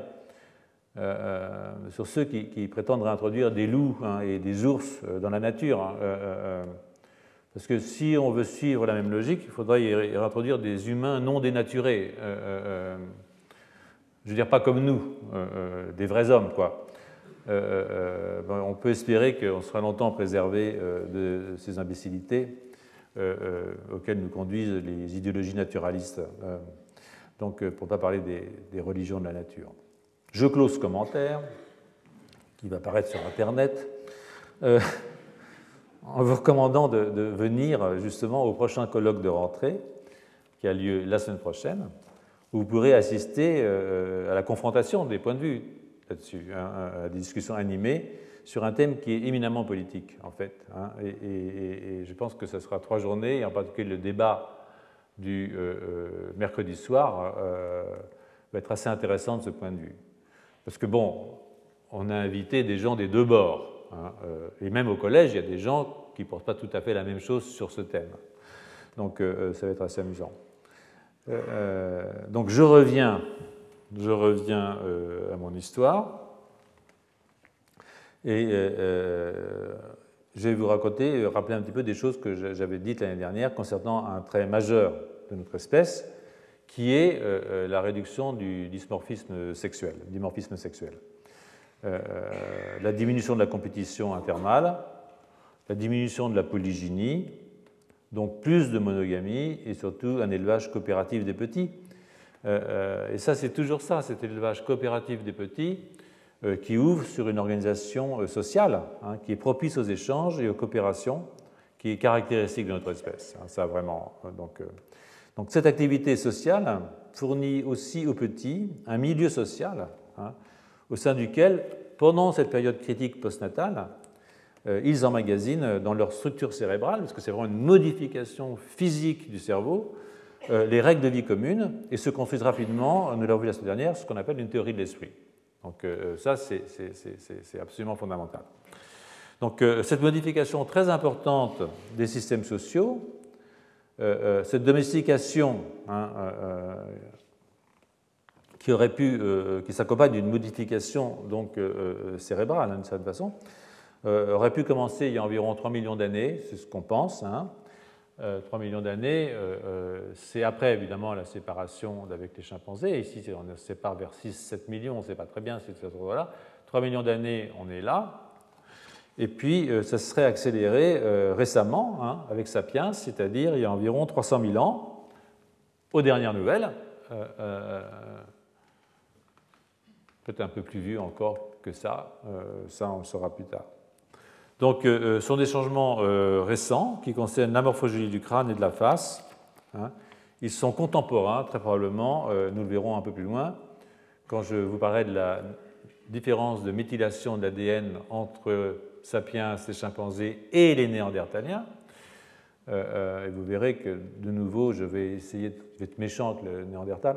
sur ceux qui prétendent réintroduire des loups et des ours dans la nature. Parce que si on veut suivre la même logique, il faudrait y réintroduire des humains non dénaturés. Je veux dire, pas comme nous, des vrais hommes, quoi. On peut espérer qu'on sera longtemps préservé de ces imbécilités auxquelles nous conduisent les idéologies naturalistes. Donc, pour ne pas parler des religions de la nature. Je close ce commentaire, qui va apparaître sur Internet, en vous recommandant de venir justement au prochain colloque de rentrée, qui a lieu la semaine prochaine, où vous pourrez assister à la confrontation des points de vue là-dessus, à des discussions animées sur un thème qui est éminemment politique, en fait. Et je pense que ce sera 3 journées, et en particulier le débat du mercredi soir va être assez intéressant de ce point de vue. Parce que, bon, on a invité des gens des deux bords, et même au collège, il y a des gens qui ne pensent pas tout à fait la même chose sur ce thème. Donc, ça va être assez amusant. Donc, je reviens à mon histoire. Et je vais vous rappeler un petit peu des choses que j'avais dites l'année dernière concernant un trait majeur de notre espèce, qui est la réduction du dimorphisme sexuel. La diminution de la compétition intermâle, la diminution de la polygynie, donc plus de monogamie et surtout un élevage coopératif des petits. Et ça, c'est toujours ça, cet élevage coopératif des petits qui ouvre sur une organisation sociale qui est propice aux échanges et aux coopérations, qui est caractéristique de notre espèce. Ça, vraiment. Donc cette activité sociale fournit aussi aux petits un milieu social au sein duquel, pendant cette période critique postnatale, ils emmagasinent dans leur structure cérébrale, parce que c'est vraiment une modification physique du cerveau, les règles de vie communes et se construisent rapidement, nous l'avons vu la semaine dernière, ce qu'on appelle une théorie de l'esprit. Donc ça, c'est absolument fondamental. Donc cette modification très importante des systèmes sociaux, cette domestication qui s'accompagne d'une modification donc, cérébrale, d'une certaine façon, aurait pu commencer il y a environ 3 millions d'années, c'est ce qu'on pense. 3 millions d'années, c'est après évidemment la séparation avec les chimpanzés. Ici, on se sépare vers 6-7 millions, on ne sait pas très bien si c'est voilà. 3 millions d'années, on est là. Et puis, ça se serait accéléré récemment avec Sapiens, c'est-à-dire il y a environ 300 000 ans, aux dernières nouvelles, peut-être un peu plus vieux encore que ça, ça on le saura plus tard. Donc, ce sont des changements récents qui concernent la morphologie du crâne et de la face. Ils sont contemporains, très probablement, nous le verrons un peu plus loin, quand je vous parlerai de la différence de méthylation de l'ADN entre sapiens, les chimpanzés et les néandertaliens. Et vous verrez que, de nouveau, je vais essayer d'être méchant avec le néandertal,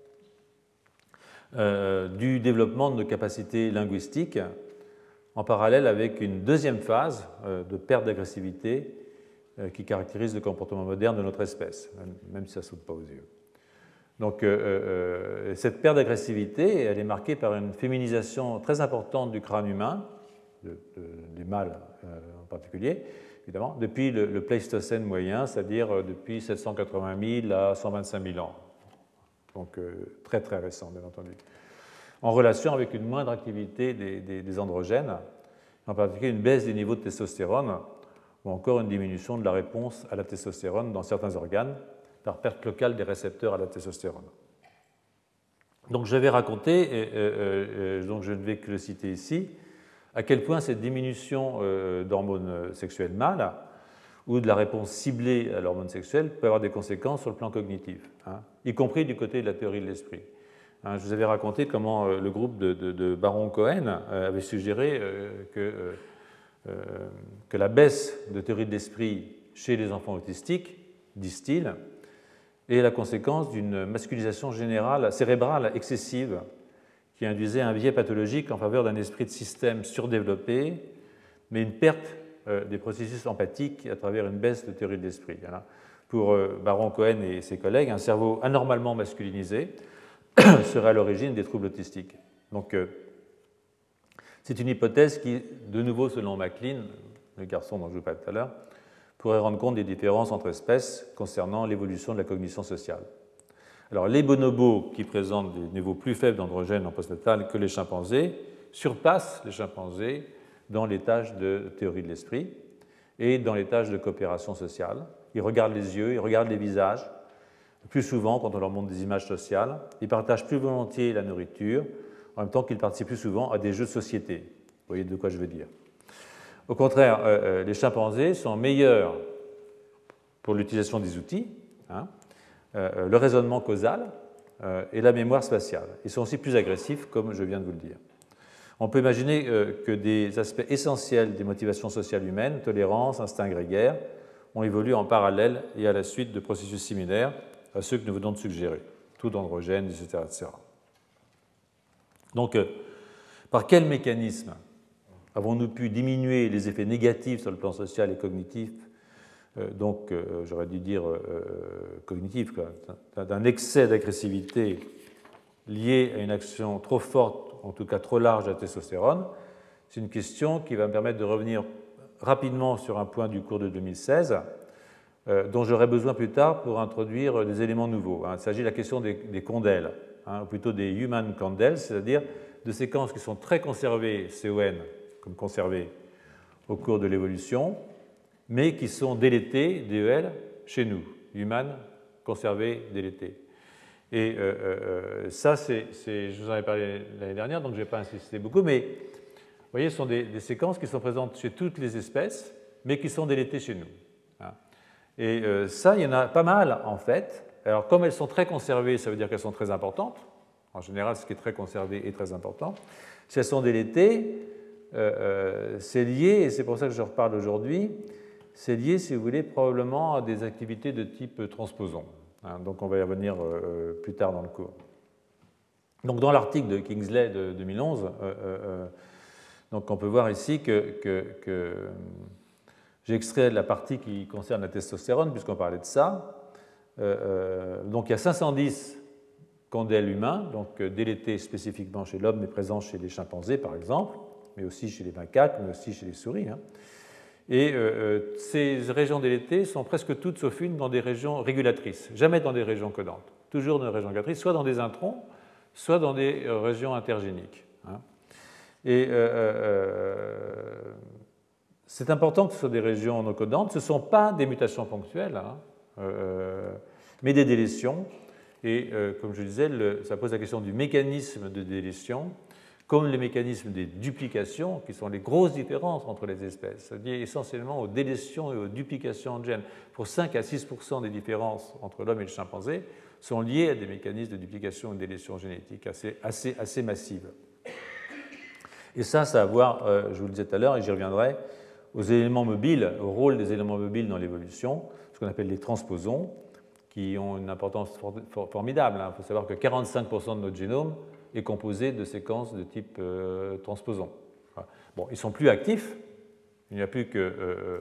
du développement de nos capacités linguistiques, en parallèle avec une deuxième phase de perte d'agressivité qui caractérise le comportement moderne de notre espèce, même si ça ne saute pas aux yeux. Donc, cette perte d'agressivité, elle est marquée par une féminisation très importante du crâne humain, des mâles en particulier, évidemment, depuis le Pléistocène moyen, c'est-à-dire depuis 780 000 à 125 000 ans. Donc, très très récent, bien entendu. En relation avec une moindre activité des androgènes, en particulier une baisse des niveaux de testostérone ou encore une diminution de la réponse à la testostérone dans certains organes par perte locale des récepteurs à la testostérone. Donc je vais raconter, donc je ne vais que le citer ici, à quel point cette diminution d'hormones sexuelles mâles ou de la réponse ciblée à l'hormone sexuelle peut avoir des conséquences sur le plan cognitif, y compris du côté de la théorie de l'esprit. Je vous avais raconté comment le groupe de Baron Cohen avait suggéré que la baisse de théorie de l'esprit chez les enfants autistiques, disent-ils, est la conséquence d'une masculinisation générale cérébrale excessive qui induisait un biais pathologique en faveur d'un esprit de système surdéveloppé, mais une perte des processus empathiques à travers une baisse de théorie de l'esprit. Voilà. Pour Baron Cohen et ses collègues, un cerveau anormalement masculinisé serait à l'origine des troubles autistiques. Donc, c'est une hypothèse qui, de nouveau selon MacLean, le garçon dont je vous parlais tout à l'heure, pourrait rendre compte des différences entre espèces concernant l'évolution de la cognition sociale. Alors, les bonobos qui présentent des niveaux plus faibles d'androgènes en postnatal que les chimpanzés surpassent les chimpanzés dans les tâches de théorie de l'esprit et dans les tâches de coopération sociale. Ils regardent les yeux, ils regardent les visages, plus souvent quand on leur montre des images sociales. Ils partagent plus volontiers la nourriture, en même temps qu'ils participent plus souvent à des jeux de société. Vous voyez de quoi je veux dire. Au contraire, les chimpanzés sont meilleurs pour l'utilisation des outils, le raisonnement causal et la mémoire spatiale. Ils sont aussi plus agressifs, comme je viens de vous le dire. On peut imaginer que des aspects essentiels des motivations sociales humaines, tolérance, instinct grégaire, ont évolué en parallèle et à la suite de processus similaires à ceux que nous venons de suggérer, taux d'androgène, etc., etc. Donc, par quel mécanisme avons-nous pu diminuer les effets négatifs sur le plan social et cognitif, j'aurais dû dire cognitif, d'un excès d'agressivité lié à une action trop forte, en tout cas trop large de la testostérone? C'est une question qui va me permettre de revenir rapidement sur un point du cours de 2016, dont j'aurai besoin plus tard pour introduire des éléments nouveaux. Il s'agit de la question des condèles, ou plutôt des human condèles, c'est-à-dire de séquences qui sont très conservées, CON, comme conservées au cours de l'évolution, mais qui sont délétées, DEL, chez nous, human, conservées, délétées. Et ça, je vous en ai parlé l'année dernière, donc je ne vais pas insister beaucoup, mais vous voyez, ce sont des séquences qui sont présentes chez toutes les espèces, mais qui sont délétées chez nous. Et ça, il y en a pas mal, en fait. Alors, comme elles sont très conservées, ça veut dire qu'elles sont très importantes. En général, ce qui est très conservé est très important. Si elles sont délétées, c'est lié, et c'est pour ça que je reparle aujourd'hui, c'est lié, si vous voulez, probablement à des activités de type transposon. Donc, on va y revenir plus tard dans le cours. Donc, dans l'article de Kingsley de 2011, donc on peut voir ici que j'ai extrait la partie qui concerne la testostérone, puisqu'on parlait de ça. Donc il y a 510 condèles humains, donc délétés spécifiquement chez l'homme, mais présents chez les chimpanzés, par exemple, mais aussi chez les macaques, mais aussi chez les souris. Et ces régions délétées sont presque toutes, sauf une, dans des régions régulatrices, jamais dans des régions codantes, toujours dans des régions régulatrices, soit dans des introns, soit dans des régions intergéniques. Et c'est important que ce soit des régions non codantes. Ce ne sont pas des mutations ponctuelles, mais des délétions. Et comme je disais, ça pose la question du mécanisme de délétion, comme les mécanismes des duplications, qui sont les grosses différences entre les espèces. Ça dit essentiellement aux délétions et aux duplications de gènes. Pour 5 à 6% des différences entre l'homme et le chimpanzé sont liées à des mécanismes de duplication et de délétion génétique assez massives. Et ça a à voir, je vous le disais tout à l'heure, et j'y reviendrai, aux éléments mobiles, au rôle des éléments mobiles dans l'évolution, ce qu'on appelle les transposons, qui ont une importance formidable. Il faut savoir que 45% de notre génome est composé de séquences de type transposon. Bon, ils sont plus actifs, il n'y a plus que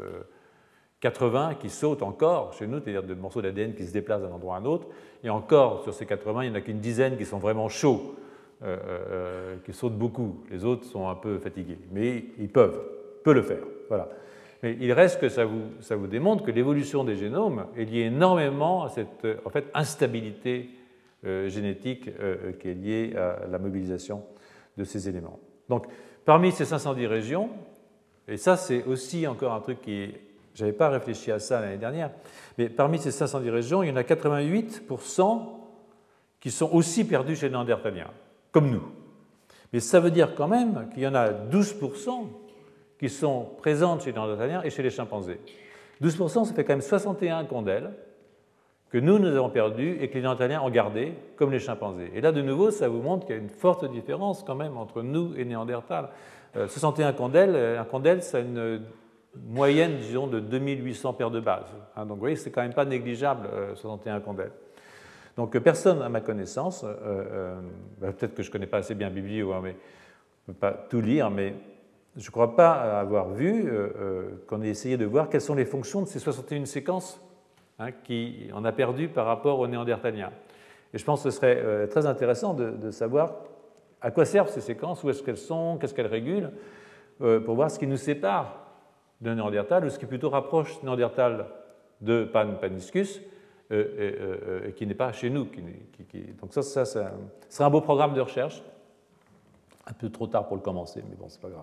80 qui sautent encore chez nous, c'est-à-dire de morceaux d'ADN qui se déplacent d'un endroit à un autre, et encore sur ces 80, il n'y en a qu'une dizaine qui sont vraiment chauds, qui sautent beaucoup. Les autres sont un peu fatigués, mais ils peuvent le faire. Voilà. Mais il reste que ça vous démontre que l'évolution des génomes est liée énormément à cette instabilité génétique qui est liée à la mobilisation de ces éléments. Donc, parmi ces 510 régions, et ça c'est aussi encore un truc je n'avais pas réfléchi à ça l'année dernière, mais parmi ces 510 régions, il y en a 88% qui sont aussi perdus chez les Néandertaliens, comme nous. Mais ça veut dire quand même qu'il y en a 12% qui sont présentes chez les Néandertaliens et chez les chimpanzés. 12%, ça fait quand même 61 condèles que nous avons perdu et que les Néandertaliens ont gardé, comme les chimpanzés. Et là, de nouveau, ça vous montre qu'il y a une forte différence quand même entre nous et Néandertal. 61 condèles, un condèle, ça a une moyenne, disons, de 2800 paires de bases. Donc, vous voyez, c'est quand même pas négligeable, 61 condèles. Donc, personne, à ma connaissance, peut-être que je ne connais pas assez bien Biblio, mais je ne peux pas tout lire, mais je ne crois pas avoir vu qu'on ait essayé de voir quelles sont les fonctions de ces 61 séquences qu'on a perdues par rapport aux Néandertaliens. Et je pense que ce serait très intéressant de savoir à quoi servent ces séquences, où est-ce qu'elles sont, qu'est-ce qu'elles régulent, pour voir ce qui nous sépare d'un Néandertal, ou ce qui plutôt rapproche Néandertal de Paniscus, et qui n'est pas chez nous. Donc ça sera un beau programme de recherche. Un peu trop tard pour le commencer, mais bon, c'est pas grave.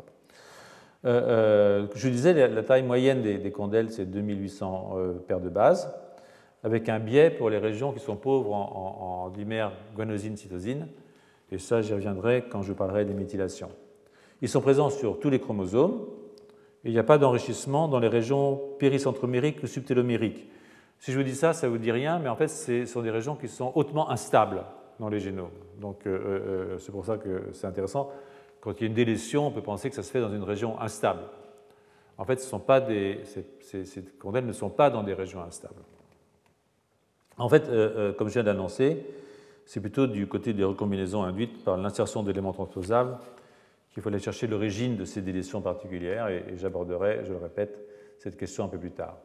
Je disais, la taille moyenne des condèles, c'est 2800 paires de bases, avec un biais pour les régions qui sont pauvres en dimères guanosine, cytosine. Et ça, j'y reviendrai quand je parlerai des méthylations. Ils sont présents sur tous les chromosomes, et il n'y a pas d'enrichissement dans les régions péricentromériques ou subtélomériques. Si je vous dis ça, ça ne vous dit rien, mais en fait, ce sont des régions qui sont hautement instables dans les génomes. Donc, c'est pour ça que c'est intéressant. Quand il y a une délétion, on peut penser que ça se fait dans une région instable. En fait, ces condèles ne sont pas dans des régions instables. En fait, comme je viens d'annoncer, c'est plutôt du côté des recombinaisons induites par l'insertion d'éléments transposables qu'il faut aller chercher l'origine de ces délétions particulières, et j'aborderai, je le répète, cette question un peu plus tard.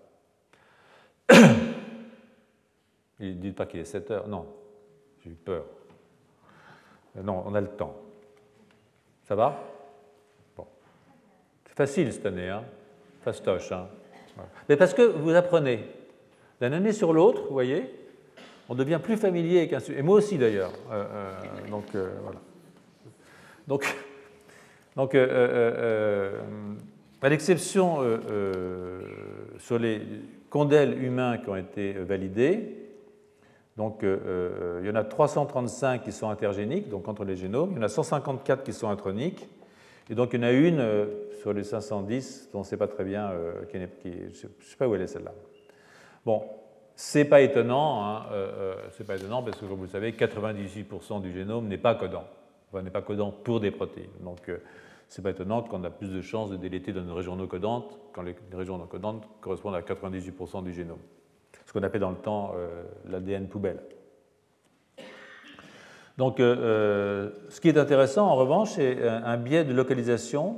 Ne dites pas qu'il est 7 heures, non, j'ai eu peur. Non, on a le temps. Ça va? Bon. C'est facile cette année, hein? Fastoche. Hein? Voilà. Mais parce que vous apprenez. D'une année sur l'autre, vous voyez, on devient plus familier avec un sujet. Et moi aussi d'ailleurs. Voilà. Donc à l'exception sur les condèles humains qui ont été validés, donc il y en a 335 qui sont intergéniques, donc entre les génomes, il y en a 154 qui sont introniques, et donc il y en a une sur les 510 dont on ne sait pas très bien, je ne sais pas où elle est celle-là. Bon, c'est pas étonnant, hein, c'est pas étonnant parce que comme vous le savez, 98% du génome n'est pas codant, enfin, n'est pas codant pour des protéines. Donc c'est pas étonnant qu'on a plus de chances de déléter dans une région non codante quand les régions non codantes correspondent à 98% du génome. Ce qu'on appelle dans le temps l'ADN poubelle. Donc, ce qui est intéressant, en revanche, c'est un biais de localisation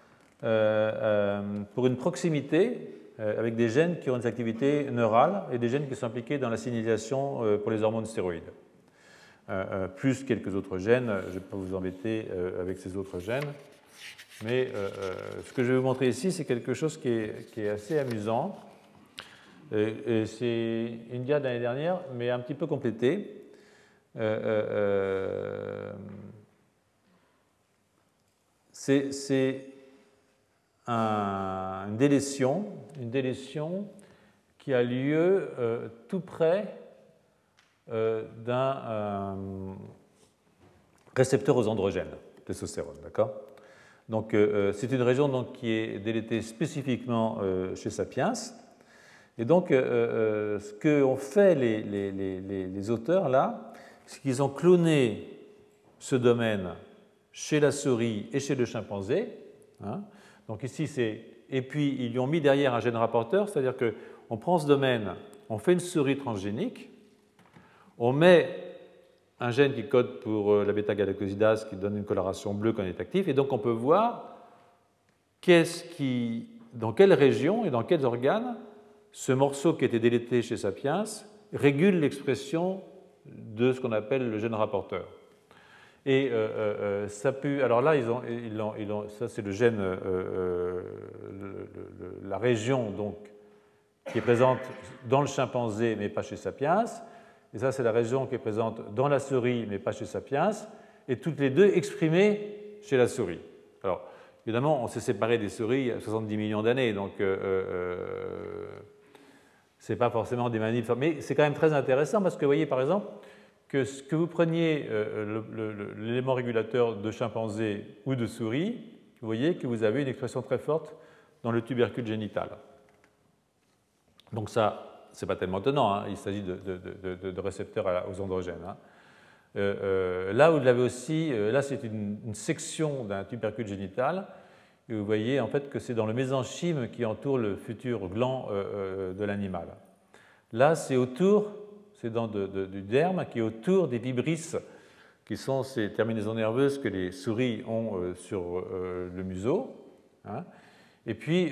pour une proximité avec des gènes qui ont des activités neurales et des gènes qui sont impliqués dans la signalisation pour les hormones stéroïdes. Plus quelques autres gènes, je ne vais pas vous embêter avec ces autres gènes, mais ce que je vais vous montrer ici, c'est quelque chose qui est assez amusant. Et c'est une diade de l'année dernière, mais un petit peu complétée. C'est une délétion qui a lieu tout près d'un récepteur aux androgènes, testostérone, d'accord? Donc c'est une région donc, qui est délétée spécifiquement chez Sapiens. Et donc, ce qu'ont fait les auteurs là, c'est qu'ils ont cloné ce domaine chez la souris et chez le chimpanzé. Hein. Donc ici, et puis ils lui ont mis derrière un gène rapporteur, c'est-à-dire qu'on prend ce domaine, on fait une souris transgénique, on met un gène qui code pour la bêta-galactosidase qui donne une coloration bleue quand il est actif, et donc on peut voir dans quelle région et dans quels organes ce morceau qui était délété chez Sapiens régule l'expression de ce qu'on appelle le gène rapporteur. Et ça peut. Alors là, ça c'est le gène, la région donc qui est présente dans le chimpanzé mais pas chez Sapiens. Et ça c'est la région qui est présente dans la souris mais pas chez Sapiens. Et toutes les deux exprimées chez la souris. Alors évidemment, on s'est séparé des souris il y a 70 millions d'années, donc ce n'est pas forcément des manipes, mais c'est quand même très intéressant parce que vous voyez par exemple que vous preniez l'élément régulateur de chimpanzé ou de souris, vous voyez que vous avez une expression très forte dans le tubercule génital. Donc ça ce n'est pas tellement étonnant, hein, il s'agit de récepteurs aux androgènes. Hein. Là, vous l'avez aussi, là c'est une section d'un tubercule génital, et vous voyez en fait que c'est dans le mésenchyme qui entoure le futur gland de l'animal. Là, c'est autour, c'est dans du derme qui est autour des vibrisses, qui sont ces terminaisons nerveuses que les souris ont sur le museau. Hein. Et puis,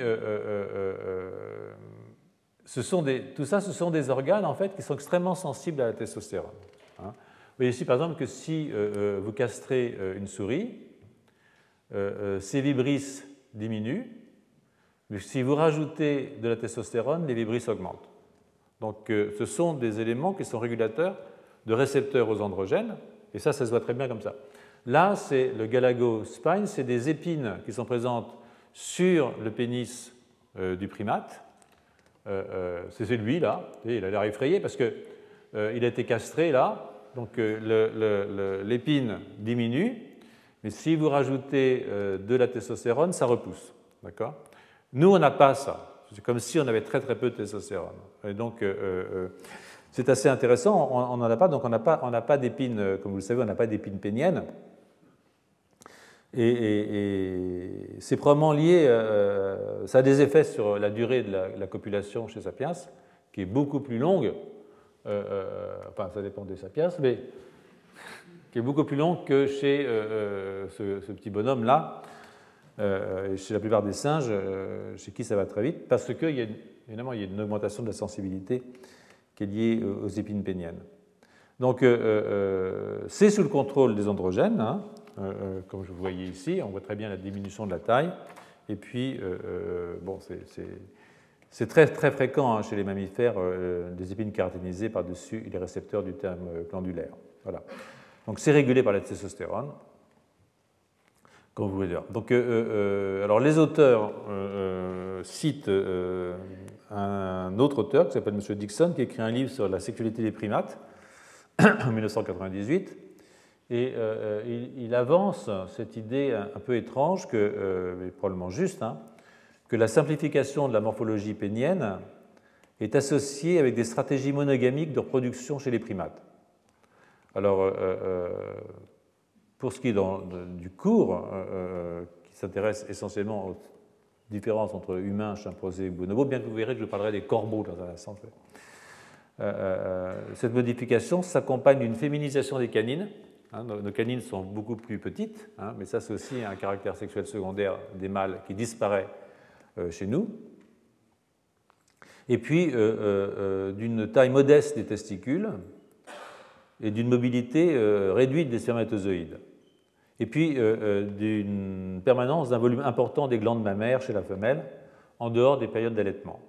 tout ça, ce sont des organes en fait, qui sont extrêmement sensibles à la testostérone. Hein. Vous voyez ici, par exemple, que si vous castrez une souris, ces vibrisses diminuent, mais si vous rajoutez de la testostérone, les vibrisses augmentent. Donc, ce sont des éléments qui sont régulateurs de récepteurs aux androgènes, et ça se voit très bien comme ça. Là, c'est le galagospine, c'est des épines qui sont présentes sur le pénis du primate. C'est celui là, il a l'air effrayé parce qu'il a été castré là, donc l'épine diminue, mais si vous rajoutez de la testostérone, ça repousse. D'accord ? Nous, on n'a pas ça. C'est comme si on avait très très peu de testostérone. Et donc, c'est assez intéressant, on n'en a pas, donc on n'a pas d'épines, comme vous le savez, on n'a pas d'épines péniennes. Et c'est probablement lié, ça a des effets sur la durée de la copulation chez Sapiens, qui est beaucoup plus longue, enfin ça dépend des Sapiens, mais qui est beaucoup plus longue que chez ce petit bonhomme-là, et chez la plupart des singes, chez qui ça va très vite, parce qu'évidemment, il y a une augmentation de la sensibilité qui est liée aux épines péniennes. Donc, c'est sous le contrôle des androgènes, hein, comme je vous voyais ici, on voit très bien la diminution de la taille, et puis, bon, c'est très, très fréquent hein, chez les mammifères, des épines kératininées par-dessus les récepteurs du terme glandulaire. Voilà. Donc, c'est régulé par la testostérone, comme vous pouvez dire. Donc, alors, les auteurs citent un autre auteur qui s'appelle M. Dixon, qui a écrit un livre sur la sexualité des primates en 1998. Et il avance cette idée un peu étrange, mais probablement juste, hein, que la simplification de la morphologie pénienne est associée avec des stratégies monogamiques de reproduction chez les primates. Alors, pour ce qui est du cours, qui s'intéresse essentiellement aux différences entre humains, chimpanzés et bonobos, bien que vous verrez que je parlerai des corbeaux dans un instant. Cette modification s'accompagne d'une féminisation des canines. Hein, nos canines sont beaucoup plus petites, hein, mais ça c'est aussi un caractère sexuel secondaire des mâles qui disparaît chez nous. Et puis d'une taille modeste des testicules et d'une mobilité réduite des spermatozoïdes. Et puis d'une permanence d'un volume important des glandes mammaires chez la femelle en dehors des périodes d'allaitement.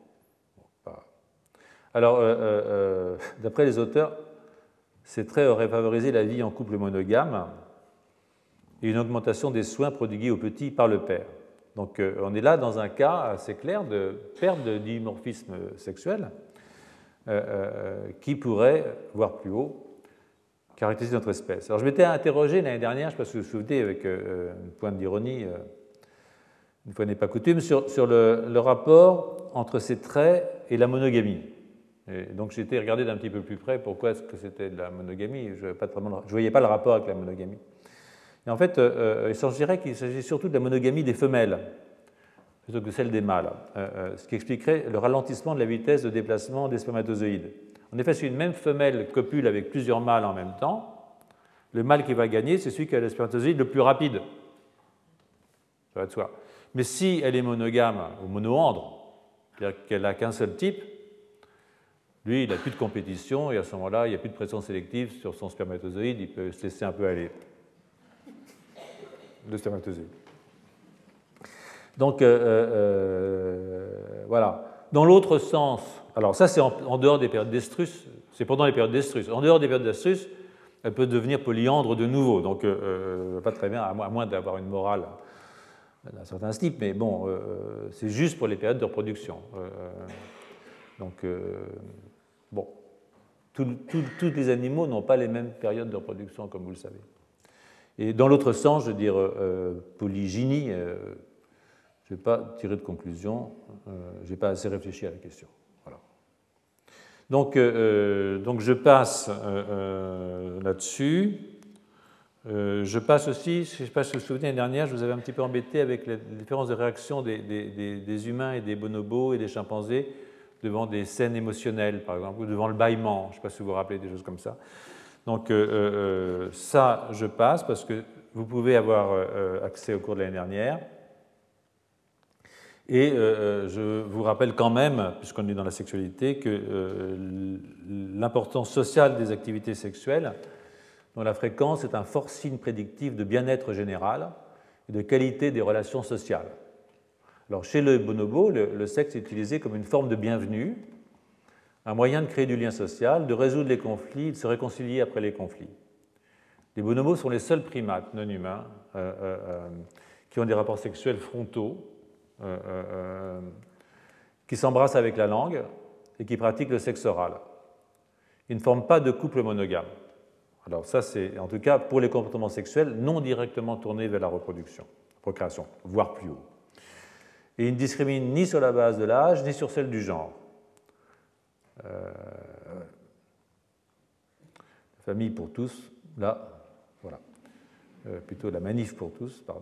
Alors, d'après les auteurs, ces traits auraient favorisé la vie en couple monogame et une augmentation des soins prodigués aux petits par le père. Donc, on est là dans un cas assez clair de perte de dimorphisme sexuel qui pourrait, voire plus haut, caractériser notre espèce. Alors, je m'étais interrogé l'année dernière, je ne sais pas si vous vous souvenez, avec une pointe d'ironie, une fois n'est pas coutume, sur le rapport entre ces traits et la monogamie. Et donc j'ai été regarder d'un petit peu plus près pourquoi est-ce que c'était de la monogamie. Je ne voyais pas le rapport avec la monogamie. Et en fait, il s'agirait qu'il s'agit surtout de la monogamie des femelles plutôt que celle des mâles, ce qui expliquerait le ralentissement de la vitesse de déplacement des spermatozoïdes. En effet, si une même femelle copule avec plusieurs mâles en même temps, le mâle qui va gagner, c'est celui qui a le spermatozoïde le plus rapide. Ça va de soi. Mais si elle est monogame ou monoandre, c'est-à-dire qu'elle n'a qu'un seul type, lui, il n'a plus de compétition et à ce moment-là, il n'y a plus de pression sélective sur son spermatozoïde, il peut se laisser un peu aller. Le spermatozoïde. Donc, voilà. Dans l'autre sens, alors ça c'est en dehors des périodes d'estrus, c'est pendant les périodes d'estrus. En dehors des périodes d'estrus, elle peut devenir polyandre de nouveau, donc pas très bien, à moins d'avoir une morale d'un certain type, mais bon, c'est juste pour les périodes de reproduction. Donc, bon, tous les animaux n'ont pas les mêmes périodes de reproduction, comme vous le savez. Et dans l'autre sens, je veux dire, polygynie, je n'ai pas tiré de conclusion, je n'ai pas assez réfléchi à la question. Voilà. Donc je passe là-dessus. Je passe aussi, je ne sais pas si vous vous souvenez, l'année dernière, je vous avais un petit peu embêté avec les différences de réaction des humains et des bonobos et des chimpanzés devant des scènes émotionnelles, par exemple, ou devant le bâillement. Je ne sais pas si vous vous rappelez des choses comme ça. Donc ça, je passe parce que vous pouvez avoir accès au cours de l'année dernière. Et je vous rappelle quand même, puisqu'on est dans la sexualité, que l'importance sociale des activités sexuelles, dont la fréquence est un fort signe prédictif de bien-être général et de qualité des relations sociales. Alors, chez le bonobo, le sexe est utilisé comme une forme de bienvenue, un moyen de créer du lien social, de résoudre les conflits, de se réconcilier après les conflits. Les bonobos sont les seuls primates non humains qui ont des rapports sexuels frontaux, qui s'embrassent avec la langue et qui pratiquent le sexe oral. Ils ne forment pas de couple monogame. Alors ça, c'est en tout cas pour les comportements sexuels non directement tournés vers la reproduction, procréation, voire plus haut. Et ils ne discriminent ni sur la base de l'âge, ni sur celle du genre. La famille pour tous, là, voilà. Plutôt la manif pour tous, pardon.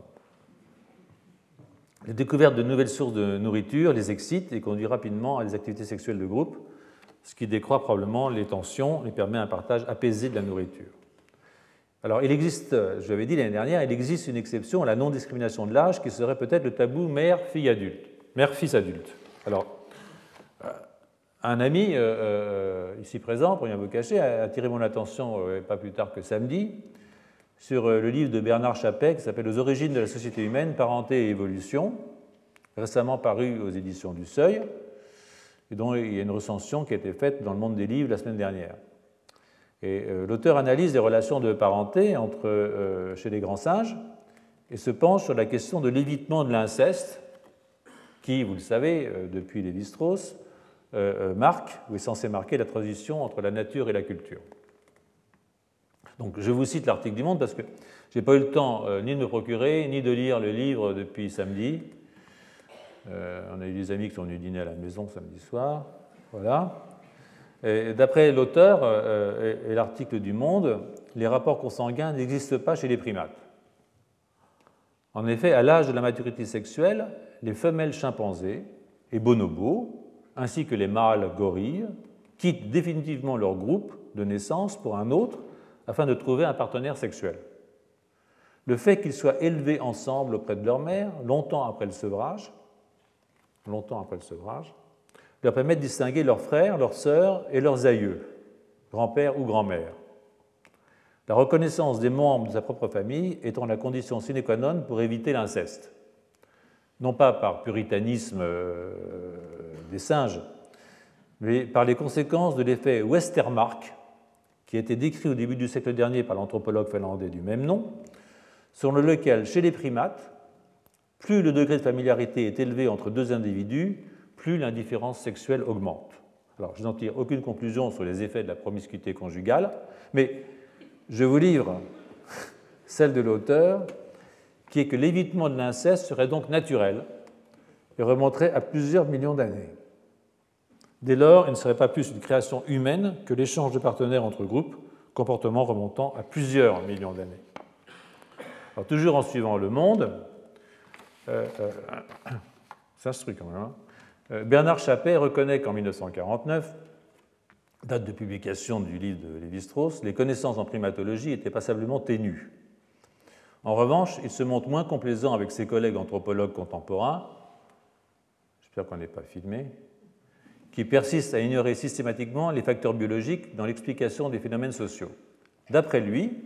La découverte de nouvelles sources de nourriture les excite et conduit rapidement à des activités sexuelles de groupe, ce qui décroît probablement les tensions et permet un partage apaisé de la nourriture. Alors, il existe, je l'avais dit l'année dernière, il existe une exception à la non-discrimination de l'âge qui serait peut-être le tabou mère-fille adulte, mère-fils adulte. Alors, un ami ici présent, pour rien vous cacher, a attiré mon attention pas plus tard que samedi sur le livre de Bernard Chappet qui s'appelle « Aux origines de la société humaine, parenté et évolution », récemment paru aux éditions du Seuil, et dont il y a une recension qui a été faite dans le Monde des livres la semaine dernière. Et l'auteur analyse les relations de parenté chez les grands singes et se penche sur la question de l'évitement de l'inceste qui, vous le savez, depuis Lévi-Strauss, marque ou est censé marquer la transition entre la nature et la culture. Donc je vous cite l'article du Monde parce que je n'ai pas eu le temps ni de me procurer, ni de lire le livre depuis samedi. On a eu des amis qui sont venus dîner à la maison samedi soir. Voilà. D'après l'auteur et l'article du Monde, les rapports consanguins n'existent pas chez les primates. En effet, à l'âge de la maturité sexuelle, les femelles chimpanzés et bonobos, ainsi que les mâles gorilles, quittent définitivement leur groupe de naissance pour un autre afin de trouver un partenaire sexuel. Le fait qu'ils soient élevés ensemble auprès de leur mère, longtemps après le sevrage, leur permet de distinguer leurs frères, leurs sœurs et leurs aïeux, grand-père ou grand-mère. La reconnaissance des membres de sa propre famille étant la condition sine qua non pour éviter l'inceste. Non pas par puritanisme des singes, mais par les conséquences de l'effet Westermarck, qui a été décrit au début du siècle dernier par l'anthropologue finlandais du même nom, selon lequel, chez les primates, plus le degré de familiarité est élevé entre deux individus, plus l'indifférence sexuelle augmente. Alors, je n'en tire aucune conclusion sur les effets de la promiscuité conjugale, mais je vous livre celle de l'auteur, qui est que l'évitement de l'inceste serait donc naturel et remonterait à plusieurs millions d'années. Dès lors, il ne serait pas plus une création humaine que l'échange de partenaires entre groupes, comportement remontant à plusieurs millions d'années. Alors, toujours en suivant Le Monde, ça se truc quand même, hein. Bernard Chappet reconnaît qu'en 1949, date de publication du livre de Lévi-Strauss, les connaissances en primatologie étaient passablement ténues. En revanche, il se montre moins complaisant avec ses collègues anthropologues contemporains, j'espère qu'on n'est pas filmé, qui persistent à ignorer systématiquement les facteurs biologiques dans l'explication des phénomènes sociaux. D'après lui,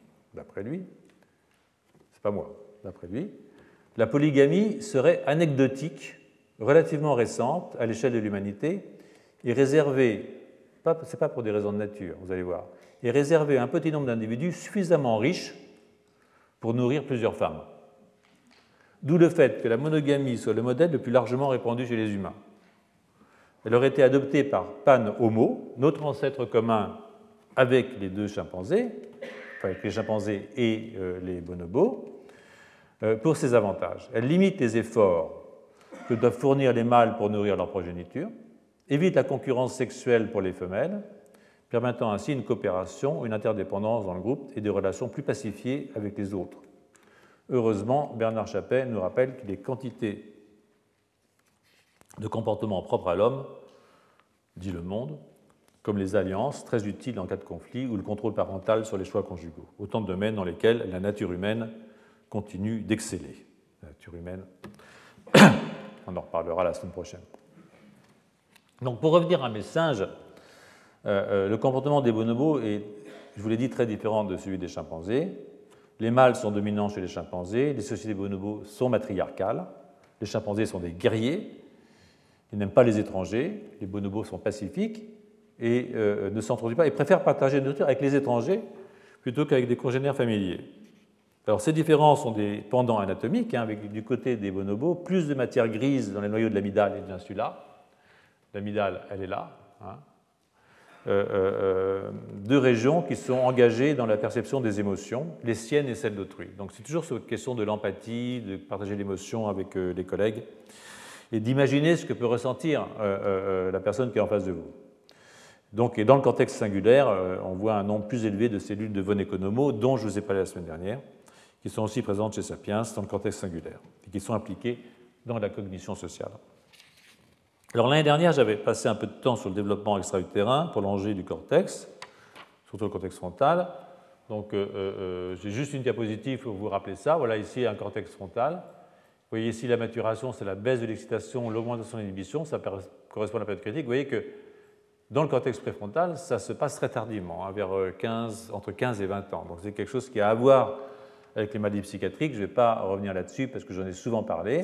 c'est pas moi, d'après lui, la polygamie serait anecdotique, relativement récente à l'échelle de l'humanité, et réservée, ce n'est pas pour des raisons de nature, vous allez voir, et réservée à un petit nombre d'individus suffisamment riches pour nourrir plusieurs femmes. D'où le fait que la monogamie soit le modèle le plus largement répandu chez les humains. Elle aurait été adoptée par Pan Homo, notre ancêtre commun avec les deux chimpanzés, enfin avec les chimpanzés et les bonobos, pour ses avantages. Elle limite les efforts que doivent fournir les mâles pour nourrir leur progéniture. évite la concurrence sexuelle pour les femelles, permettant ainsi une coopération, une interdépendance dans le groupe et des relations plus pacifiées avec les autres. Heureusement, Bernard Chappet nous rappelle qu'il y a quantité de comportements propres à l'homme, dit Le Monde, comme les alliances, très utiles en cas de conflit, ou le contrôle parental sur les choix conjugaux. Autant de domaines dans lesquels la nature humaine continue d'exceller. La nature humaine, on en reparlera la semaine prochaine. Donc, pour revenir à mes singes, le comportement des bonobos est, je vous l'ai dit, très différent de celui des chimpanzés. Les mâles sont dominants chez les chimpanzés, les sociétés bonobos sont matriarcales, les chimpanzés sont des guerriers, ils n'aiment pas les étrangers, les bonobos sont pacifiques et ne s'introduisent pas et préfèrent partager la nourriture avec les étrangers plutôt qu'avec des congénères familiers. Alors ces différences sont des pendants anatomiques, avec du côté des bonobos plus de matière grise dans les noyaux de l'amygdale et de l'insula. L'amygdale, elle est là. Deux régions qui sont engagées dans la perception des émotions, les siennes et celles d'autrui. Donc c'est toujours cette question de l'empathie, de partager l'émotion avec les collègues et d'imaginer ce que peut ressentir la personne qui est en face de vous. Donc, et dans le cortex singulaire, on voit un nombre plus élevé de cellules de von Economo, dont je vous ai parlé la semaine dernière, qui sont aussi présentes chez Sapiens dans le cortex singulaire et qui sont impliquées dans la cognition sociale. Alors l'année dernière, j'avais passé un peu de temps sur le développement extra-utérin prolongé du cortex, surtout le cortex frontal. Donc j'ai juste une diapositive pour vous rappeler ça. Voilà ici un cortex frontal. Vous voyez ici la maturation, c'est la baisse de l'excitation, l'augmentation de l'inhibition, ça correspond à la période critique. Vous voyez que dans le cortex préfrontal, ça se passe très tardivement, entre 15 et 20 ans. Donc c'est quelque chose qui a à voir avec les maladies psychiatriques. Je ne vais pas revenir là-dessus parce que j'en ai souvent parlé.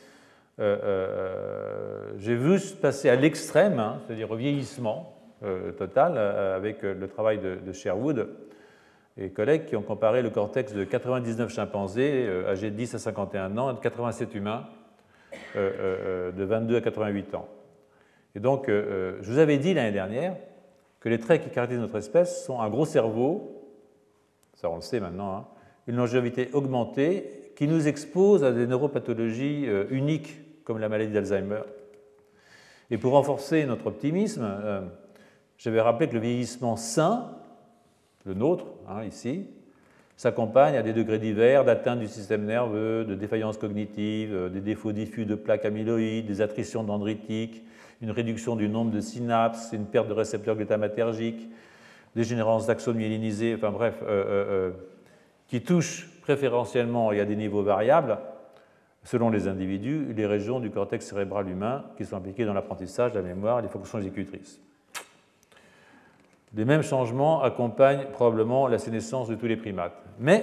J'ai vu se passer à l'extrême, c'est-à-dire au vieillissement total, avec le travail de Sherwood et collègues qui ont comparé le cortex de 99 chimpanzés âgés de 10 à 51 ans et de 87 humains de 22 à 88 ans. Et donc, je vous avais dit l'année dernière que les traits qui caractérisent notre espèce sont un gros cerveau, ça on le sait maintenant, une longévité augmentée qui nous expose à des neuropathologies uniques comme la maladie d'Alzheimer. Et pour renforcer notre optimisme, j'avais rappelé que le vieillissement sain, le nôtre, ici, s'accompagne à des degrés divers d'atteinte du système nerveux, de défaillance cognitive, des défauts diffus de plaques amyloïdes, des attritions dendritiques, une réduction du nombre de synapses, une perte de récepteurs glutamatergiques, dégénérescence d'axones myélinisés, enfin bref, qui touchent préférentiellement et à des niveaux variables, selon les individus, les régions du cortex cérébral humain qui sont impliquées dans l'apprentissage, la mémoire et les fonctions exécutrices. Les mêmes changements accompagnent probablement la sénescence de tous les primates. Mais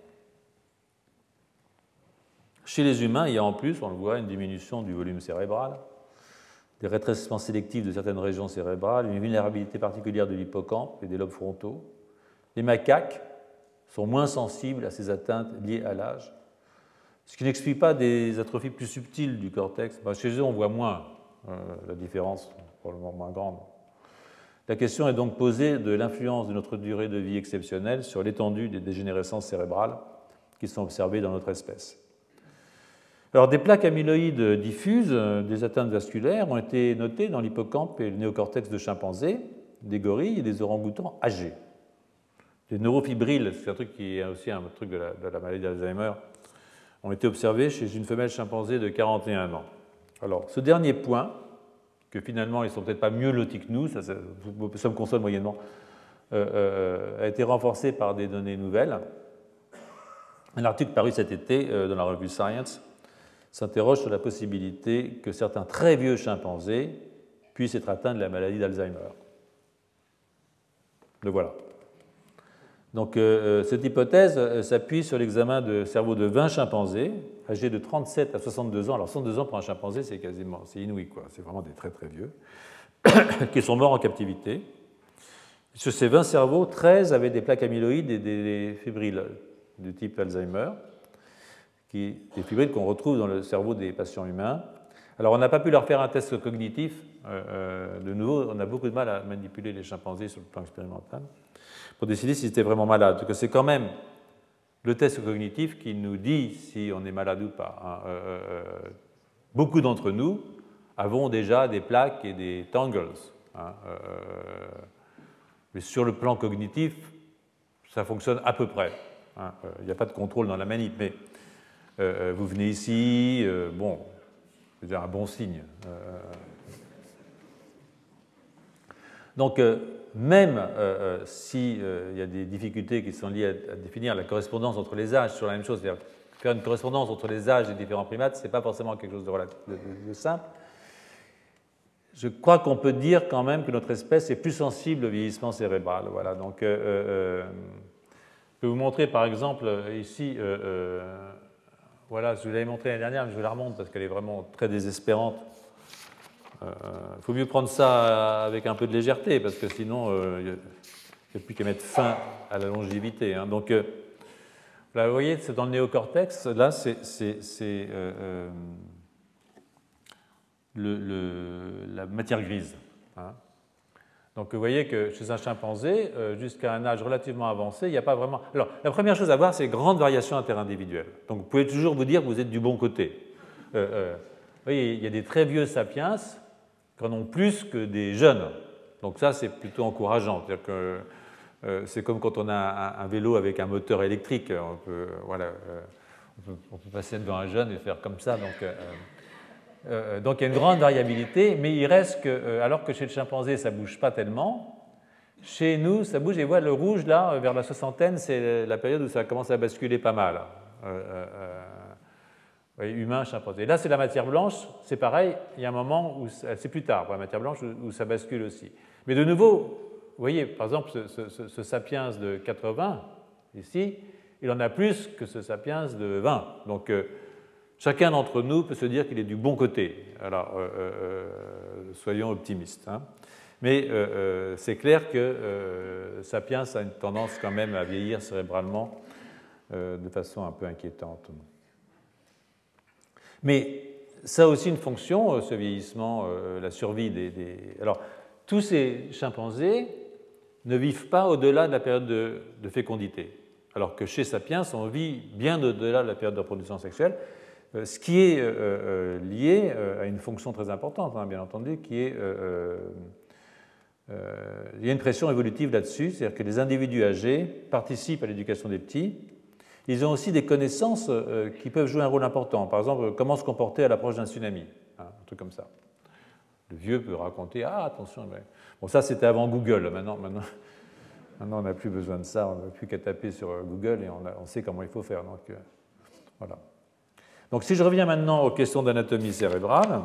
chez les humains, il y a en plus, on le voit, une diminution du volume cérébral, des rétrécissements sélectifs de certaines régions cérébrales, une vulnérabilité particulière de l'hippocampe et des lobes frontaux. Les macaques sont moins sensibles à ces atteintes liées à l'âge, ce qui n'explique pas des atrophies plus subtiles du cortex. Chez eux, on voit moins la différence, probablement moins grande. La question est donc posée de l'influence de notre durée de vie exceptionnelle sur l'étendue des dégénérescences cérébrales qui sont observées dans notre espèce. Alors, des plaques amyloïdes diffuses, des atteintes vasculaires, ont été notées dans l'hippocampe et le néocortex de chimpanzés, des gorilles et des orang-outans âgés. Les neurofibrilles, c'est un truc qui est aussi un truc de la maladie d'Alzheimer, ont été observés chez une femelle chimpanzé de 41 ans. Alors, ce dernier point, que finalement ils ne sont peut-être pas mieux lotis que nous, ça me console moyennement, a été renforcé par des données nouvelles. Un article paru cet été dans la revue Science s'interroge sur la possibilité que certains très vieux chimpanzés puissent être atteints de la maladie d'Alzheimer. Le voilà. Donc, cette hypothèse s'appuie sur l'examen de cerveau de 20 chimpanzés, âgés de 37 à 62 ans. Alors, 62 ans pour un chimpanzé, c'est inouï, quoi. C'est vraiment des très très vieux, qui sont morts en captivité. Sur ces 20 cerveaux, 13 avaient des plaques amyloïdes et des fibrilles du type Alzheimer, des fibrilles qu'on retrouve dans le cerveau des patients humains. Alors, on n'a pas pu leur faire un test cognitif. De nouveau, on a beaucoup de mal à manipuler les chimpanzés sur le plan expérimental pour décider s'ils étaient vraiment malades. Parce que c'est quand même le test cognitif qui nous dit si on est malade ou pas. Beaucoup d'entre nous avons déjà des plaques et des tangles. Hein, mais sur le plan cognitif, ça fonctionne à peu près. Hein, il n'y a pas de contrôle dans la manip, mais vous venez ici, bon, c'est un bon signe. Donc, même s'il y a des difficultés qui sont liées à définir la correspondance entre les âges sur la même chose, c'est-à-dire faire une correspondance entre les âges des différents primates, ce n'est pas forcément quelque chose de simple. Je crois qu'on peut dire quand même que notre espèce est plus sensible au vieillissement cérébral. Voilà, donc, je peux vous montrer par exemple ici, voilà, je vous l'avais montré l'année dernière, mais je vous la remonte parce qu'elle est vraiment très désespérante. Il faut mieux prendre ça avec un peu de légèreté, parce que sinon, il n'y a plus qu'à mettre fin à la longévité. Hein. Donc, là, vous voyez, c'est dans le néocortex. Là, c'est la matière grise. Hein. Donc, vous voyez que chez un chimpanzé, jusqu'à un âge relativement avancé, il n'y a pas vraiment... Alors, la première chose à voir, c'est les grandes variations interindividuelles. Donc, vous pouvez toujours vous dire que vous êtes du bon côté. Vous voyez, il y a des très vieux sapiens qui en ont plus que des jeunes. Donc ça, c'est plutôt encourageant. C'est-à-dire que c'est comme quand on a un vélo avec un moteur électrique. On peut, voilà, on peut passer devant un jeune et faire comme ça. Donc il y a une grande variabilité, mais il reste que, alors que chez le chimpanzé, ça ne bouge pas tellement, chez nous, ça bouge. Et voilà, le rouge, là, vers la soixantaine, c'est la période où ça commence à basculer pas mal. Humain, chimpanzé. Là, c'est la matière blanche, c'est pareil, il y a un moment où, c'est plus tard pour la matière blanche, où ça bascule aussi. Mais de nouveau, vous voyez, par exemple, ce sapiens de 80, ici, il en a plus que ce sapiens de 20. Donc, chacun d'entre nous peut se dire qu'il est du bon côté. Alors, soyons optimistes. Hein. Mais c'est clair que sapiens a une tendance quand même à vieillir cérébralement de façon un peu inquiétante. Mais ça a aussi une fonction, ce vieillissement, la survie des... Alors, tous ces chimpanzés ne vivent pas au-delà de la période de fécondité, alors que chez Sapiens, on vit bien au-delà de la période de reproduction sexuelle, ce qui est lié à une fonction très importante, hein, bien entendu, qui est... il y a une pression évolutive là-dessus, c'est-à-dire que les individus âgés participent à l'éducation des petits. Ils ont aussi des connaissances qui peuvent jouer un rôle important. Par exemple, comment se comporter à l'approche d'un tsunami, hein, un truc comme ça. Le vieux peut raconter « Ah, attention !» Bon, ça, c'était avant Google. Maintenant on n'a plus besoin de ça. On n'a plus qu'à taper sur Google et on sait comment il faut faire. Donc, voilà. Donc, si je reviens maintenant aux questions d'anatomie cérébrale,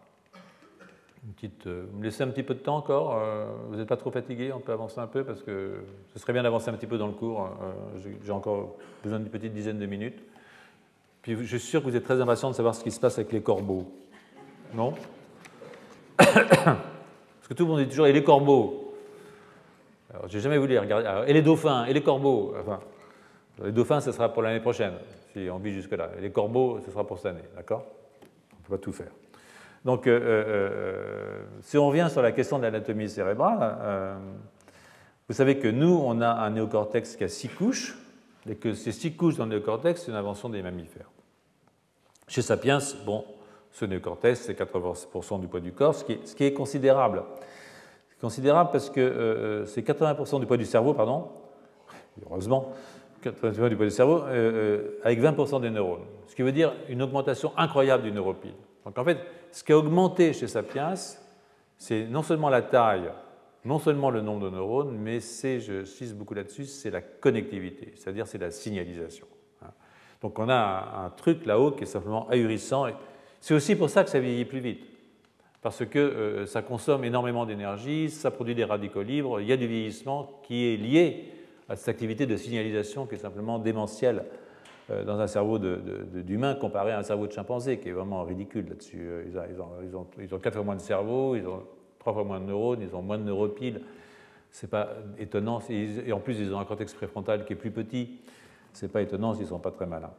vous me laissez un petit peu de temps encore. Vous n'êtes pas trop fatigué? On peut avancer un peu parce que ce serait bien d'avancer un petit peu dans le cours. J'ai encore besoin d'une petite dizaine de minutes. Puis je suis sûr que vous êtes très impatient de savoir ce qui se passe avec les corbeaux. Non? Parce que tout le monde dit toujours « et les corbeaux ». Alors, j'ai jamais voulu les regarder. Alors, et les dauphins, et les corbeaux. Enfin, les dauphins, ce sera pour l'année prochaine, si on vit jusque-là. Et les corbeaux, ce sera pour cette année. D'accord? On ne peut pas tout faire. Donc, si on revient sur la question de l'anatomie cérébrale, vous savez que nous, on a un néocortex qui a 6 couches, et que ces 6 couches dans le néocortex, c'est une invention des mammifères. Chez Sapiens, bon, ce néocortex, c'est 80% du poids du corps, ce qui est considérable. C'est considérable parce que c'est 80% du poids du cerveau, pardon, heureusement, 80% du poids du cerveau, avec 20% des neurones, ce qui veut dire une augmentation incroyable du neuropile. Donc en fait, ce qui a augmenté chez Sapiens, c'est non seulement la taille, non seulement le nombre de neurones, mais c'est, je insiste beaucoup là-dessus, c'est la connectivité, c'est-à-dire c'est la signalisation. Donc on a un truc là-haut qui est simplement ahurissant. C'est aussi pour ça que ça vieillit plus vite, parce que ça consomme énormément d'énergie, ça produit des radicaux libres, il y a du vieillissement qui est lié à cette activité de signalisation qui est simplement démentielle dans un cerveau d'humain comparé à un cerveau de chimpanzé, qui est vraiment ridicule là-dessus. Ils ont 4 fois moins de cerveau, ils ont 3 fois moins de neurones, ils ont moins de neuropiles. Ce n'est pas étonnant. Et en plus, ils ont un cortex préfrontal qui est plus petit. Ce n'est pas étonnant s'ils ne sont pas très malins.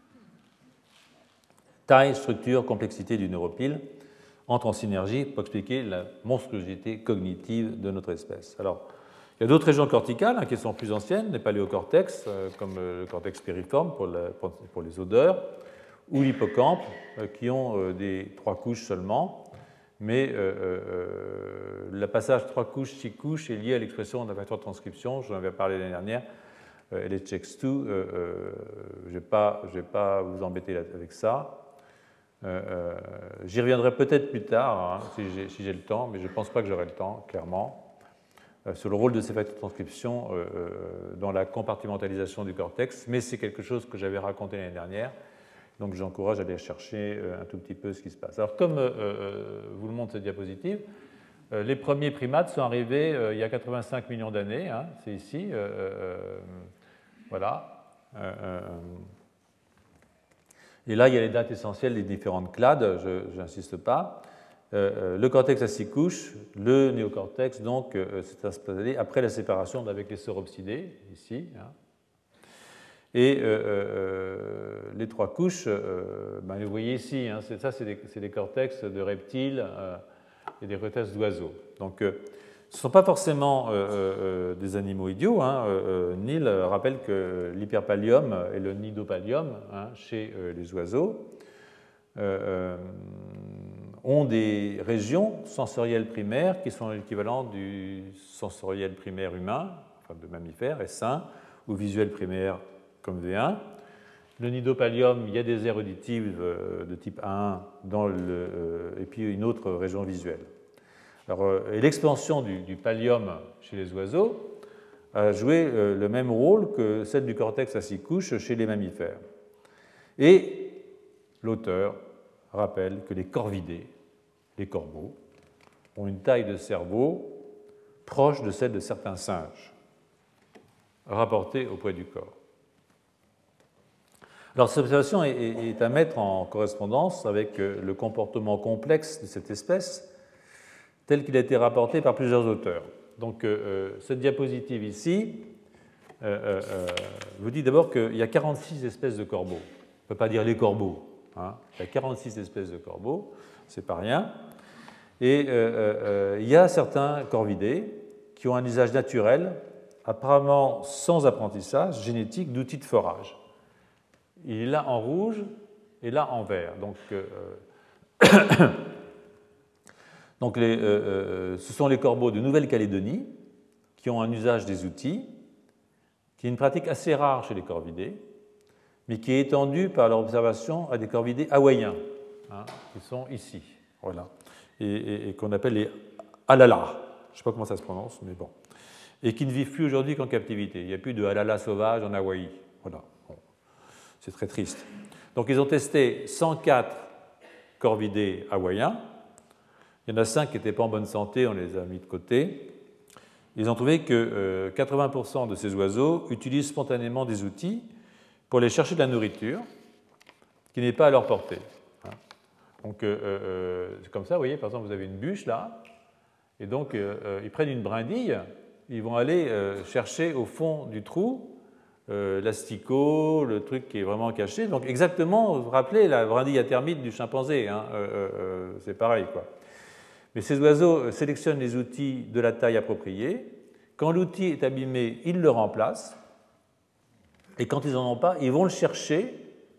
Taille, structure, complexité du neuropile entrent en synergie pour expliquer la monstruosité cognitive de notre espèce. Alors, il y a d'autres régions corticales qui sont plus anciennes, les paléocortex, comme le cortex périforme pour les odeurs, ou l'hippocampe, qui ont des 3 couches seulement, mais le passage 3 couches, 6 couches est lié à l'expression d'un facteur de transcription, j'en avais parlé l'année dernière, LHX2, je ne vais pas vous embêter avec ça. J'y reviendrai peut-être plus tard, hein, si j'ai le temps, mais je ne pense pas que j'aurai le temps, clairement, sur le rôle de ces facteurs de transcription dans la compartimentalisation du cortex, mais c'est quelque chose que j'avais raconté l'année dernière, donc j'encourage à aller chercher un tout petit peu ce qui se passe. Alors, comme vous le montre cette diapositive, les premiers primates sont arrivés il y a 85 millions d'années, hein, c'est ici, voilà. Et là, il y a les dates essentielles des différentes clades, je n'insiste pas. Le cortex à 6 couches, le néocortex, donc, s'est installé après la séparation avec les sauropsidés, ici. Hein. Et les 3 couches, ben, vous voyez ici, hein, ça, c'est des cortex de reptiles et des cortex d'oiseaux. Donc, ce ne sont pas forcément des animaux idiots. Hein. Neil rappelle que l'hyperpallium et le nidopallium, hein, chez les oiseaux, ont des régions sensorielles primaires qui sont l'équivalent du sensoriel primaire humain, enfin de mammifère, S1, ou visuel primaire comme V1. Le nidopallium, il y a des aires auditives de type A1 et puis une autre région visuelle. Et l'expansion du pallium chez les oiseaux a joué le même rôle que celle du cortex à 6 couches chez les mammifères. Et l'auteur rappelle que les corvidés, les corbeaux, ont une taille de cerveau proche de celle de certains singes, rapportée au poids du corps. Alors, cette observation est à mettre en correspondance avec le comportement complexe de cette espèce, tel qu'il a été rapporté par plusieurs auteurs. Donc, cette diapositive ici vous dit d'abord qu'il y a 46 espèces de corbeaux. On ne peut pas dire les corbeaux. Hein. Il y a 46 espèces de corbeaux, c'est pas rien. Et il y a certains corvidés qui ont un usage naturel, apparemment sans apprentissage génétique d'outils de forage. Il est là en rouge et là en vert. Donc, ce sont les corbeaux de Nouvelle-Calédonie qui ont un usage des outils, qui est une pratique assez rare chez les corvidés, mais qui est étendue par leur observation à des corvidés hawaïens, hein, qui sont ici, voilà, et qu'on appelle les halala. Je ne sais pas comment ça se prononce, mais bon. Et qui ne vivent plus aujourd'hui qu'en captivité. Il n'y a plus de halala sauvage en Hawaï. Voilà. Bon. C'est très triste. Donc, ils ont testé 104 corvidés hawaïens. Il y en a 5 qui n'étaient pas en bonne santé, on les a mis de côté. Ils ont trouvé que 80% de ces oiseaux utilisent spontanément des outils pour aller chercher de la nourriture qui n'est pas à leur portée. Donc, c'est comme ça, vous voyez, par exemple, vous avez une bûche là, et donc ils prennent une brindille, ils vont aller chercher au fond du trou l'asticot, le truc qui est vraiment caché. Donc, exactement, vous vous rappelez la brindille à termites du chimpanzé, hein, c'est pareil, quoi. Mais ces oiseaux sélectionnent les outils de la taille appropriée. Quand l'outil est abîmé, ils le remplacent. Et quand ils n'en ont pas, ils vont le chercher.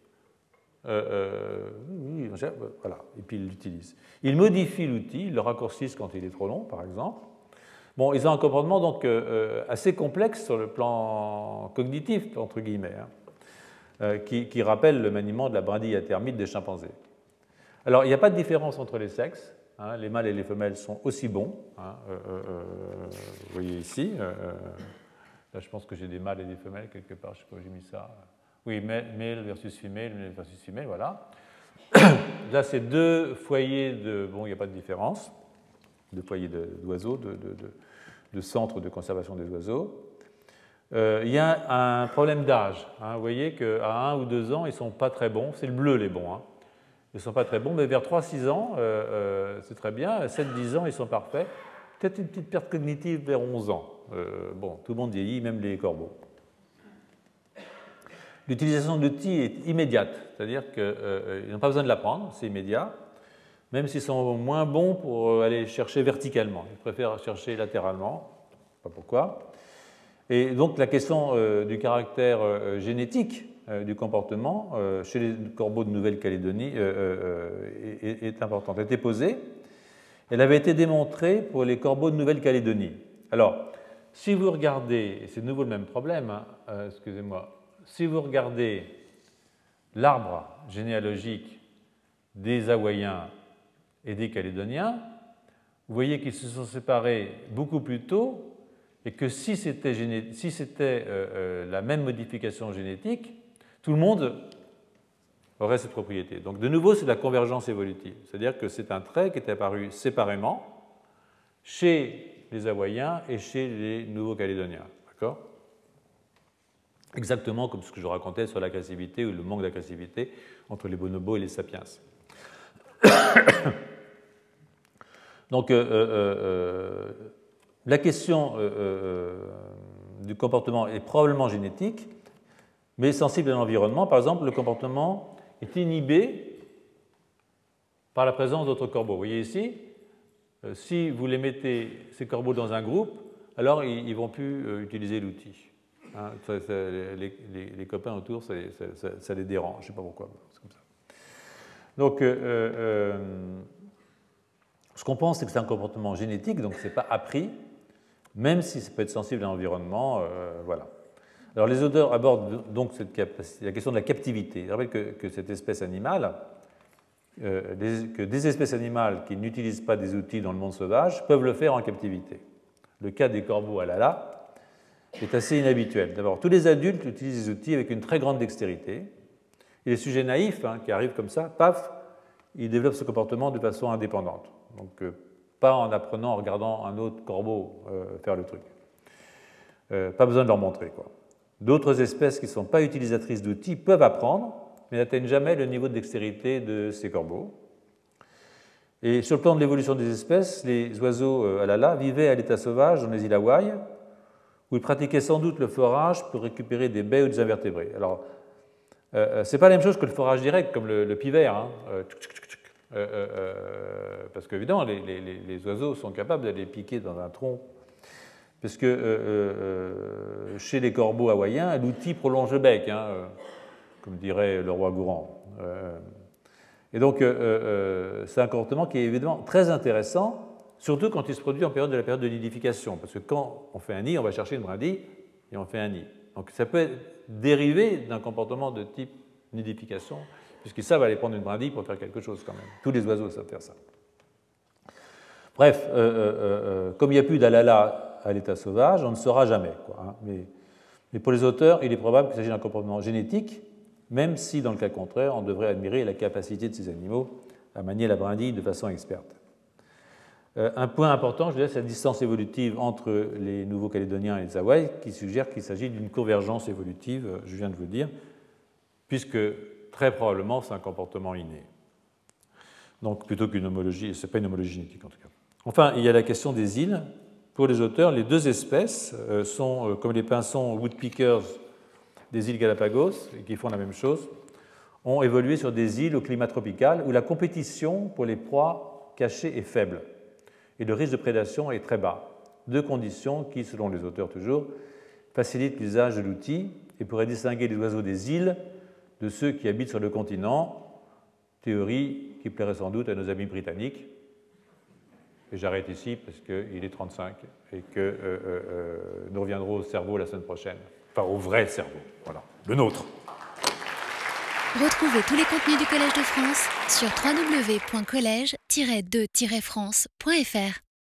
Voilà, et puis ils l'utilisent. Ils modifient l'outil, ils le raccourcissent quand il est trop long, par exemple. Bon, ils ont un comportement donc assez complexe sur le plan cognitif, entre guillemets, hein, qui rappelle le maniement de la brindille à termites des chimpanzés. Alors, il n'y a pas de différence entre les sexes. Hein, les mâles et les femelles sont aussi bons. Hein, vous voyez ici. Là, je pense que j'ai des mâles et des femelles quelque part. Je ne sais pas où j'ai mis ça. Oui, male versus female, voilà. Là, c'est 2 foyers de... Bon, il n'y a pas de différence. 2 foyers d'oiseaux, de centres de conservation des oiseaux. Il y a un problème d'âge. Hein, vous voyez qu'à 1 ou 2 ans, ils ne sont pas très bons. C'est le bleu, les bons. Hein. Ils ne sont pas très bons, mais vers 3-6 ans, c'est très bien. 7-10 ans, ils sont parfaits. Peut-être une petite perte cognitive vers 11 ans. Bon, tout le monde vieillit, même les corbeaux. L'utilisation de l'outil est immédiate, c'est-à-dire qu'ils n'ont pas besoin de l'apprendre, c'est immédiat, même s'ils sont moins bons pour aller chercher verticalement. Ils préfèrent chercher latéralement, je ne sais pas pourquoi. Et donc la question du caractère génétique du comportement chez les corbeaux de Nouvelle-Calédonie est importante. Elle a été posée, Elle avait été démontrée pour les corbeaux de Nouvelle-Calédonie. Alors, si vous regardez, et c'est de nouveau le même problème, hein, excusez-moi, si vous regardez l'arbre généalogique des Hawaïens et des Calédoniens, vous voyez qu'ils se sont séparés beaucoup plus tôt et que si c'était la même modification génétique, tout le monde aurait cette propriété. Donc de nouveau, c'est la convergence évolutive, c'est-à-dire que c'est un trait qui est apparu séparément chez les Hawaïens et chez les Nouveaux-Calédoniens. D'accord ? Exactement comme ce que je racontais sur l'agressivité ou le manque d'agressivité entre les bonobos et les sapiens. Donc, la question du comportement est probablement génétique, mais sensible à l'environnement. Par exemple, le comportement est inhibé par la présence d'autres corbeaux. Vous voyez ici, si vous les mettez, ces corbeaux, dans un groupe, alors ils ne vont plus utiliser l'outil. Hein, les copains autour, ça les dérange, je ne sais pas pourquoi. C'est comme ça. Donc, ce qu'on pense, c'est que c'est un comportement génétique, donc ce n'est pas appris, même si ça peut être sensible à l'environnement. Voilà. Alors, les auteurs abordent donc la question de la captivité. Je rappelle que cette espèce animale, que des espèces animales qui n'utilisent pas des outils dans le monde sauvage peuvent le faire en captivité. Le cas des corbeaux à l'ala est assez inhabituel. D'abord, tous les adultes utilisent des outils avec une très grande dextérité. Et les sujets naïfs, qui arrivent comme ça, paf, ils développent ce comportement de façon indépendante. Donc, pas en apprenant, en regardant un autre corbeau faire le truc. Pas besoin de leur montrer, quoi. D'autres espèces qui ne sont pas utilisatrices d'outils peuvent apprendre, mais n'atteignent jamais le niveau de dextérité de ces corbeaux. Et sur le plan de l'évolution des espèces, les oiseaux à l'ala vivaient à l'état sauvage dans les îles Hawaï, où ils pratiquaient sans doute le forage pour récupérer des baies ou des invertébrés. Alors, ce n'est pas la même chose que le forage direct, comme le pivert, hein. Parce qu'évidemment, les oiseaux sont capables d'aller piquer dans un tronc, parce que chez les corbeaux hawaïens, l'outil prolonge le bec, hein, comme dirait le roi Gourand. Et donc, c'est un comportement qui est évidemment très intéressant, surtout quand il se produit en période de nidification, parce que quand on fait un nid, on va chercher une brindille et on fait un nid. Donc, ça peut être dérivé d'un comportement de type nidification, puisqu'ils savent aller prendre une brindille pour faire quelque chose quand même. Tous les oiseaux savent faire ça. Bref, comme il n'y a plus d'alala à l'état sauvage, on ne saura jamais, quoi, hein. Mais pour les auteurs, il est probable qu'il s'agit d'un comportement génétique, même si, dans le cas contraire, on devrait admirer la capacité de ces animaux à manier la brindille de façon experte. Un point important, je dirais, c'est la distance évolutive entre les Nouveaux-Calédoniens et les Hawaï, qui suggère qu'il s'agit d'une convergence évolutive, je viens de vous le dire, puisque très probablement c'est un comportement inné. Donc plutôt qu'une homologie, ce n'est pas une homologie génétique en tout cas. Enfin, il y a la question des îles. Pour les auteurs, les deux espèces sont, comme les pinsons woodpeckers des îles Galapagos, et qui font la même chose, ont évolué sur des îles au climat tropical où la compétition pour les proies cachées est faible et le risque de prédation est très bas. Deux conditions qui, selon les auteurs toujours, facilitent l'usage de l'outil et pourraient distinguer les oiseaux des îles de ceux qui habitent sur le continent, théorie qui plairait sans doute à nos amis britanniques. Et j'arrête ici parce qu'il est 35 et que nous reviendrons au cerveau la semaine prochaine. Enfin, au vrai cerveau, voilà, le nôtre. Retrouvez tous les contenus du Collège de France sur www.collège-2-france.fr.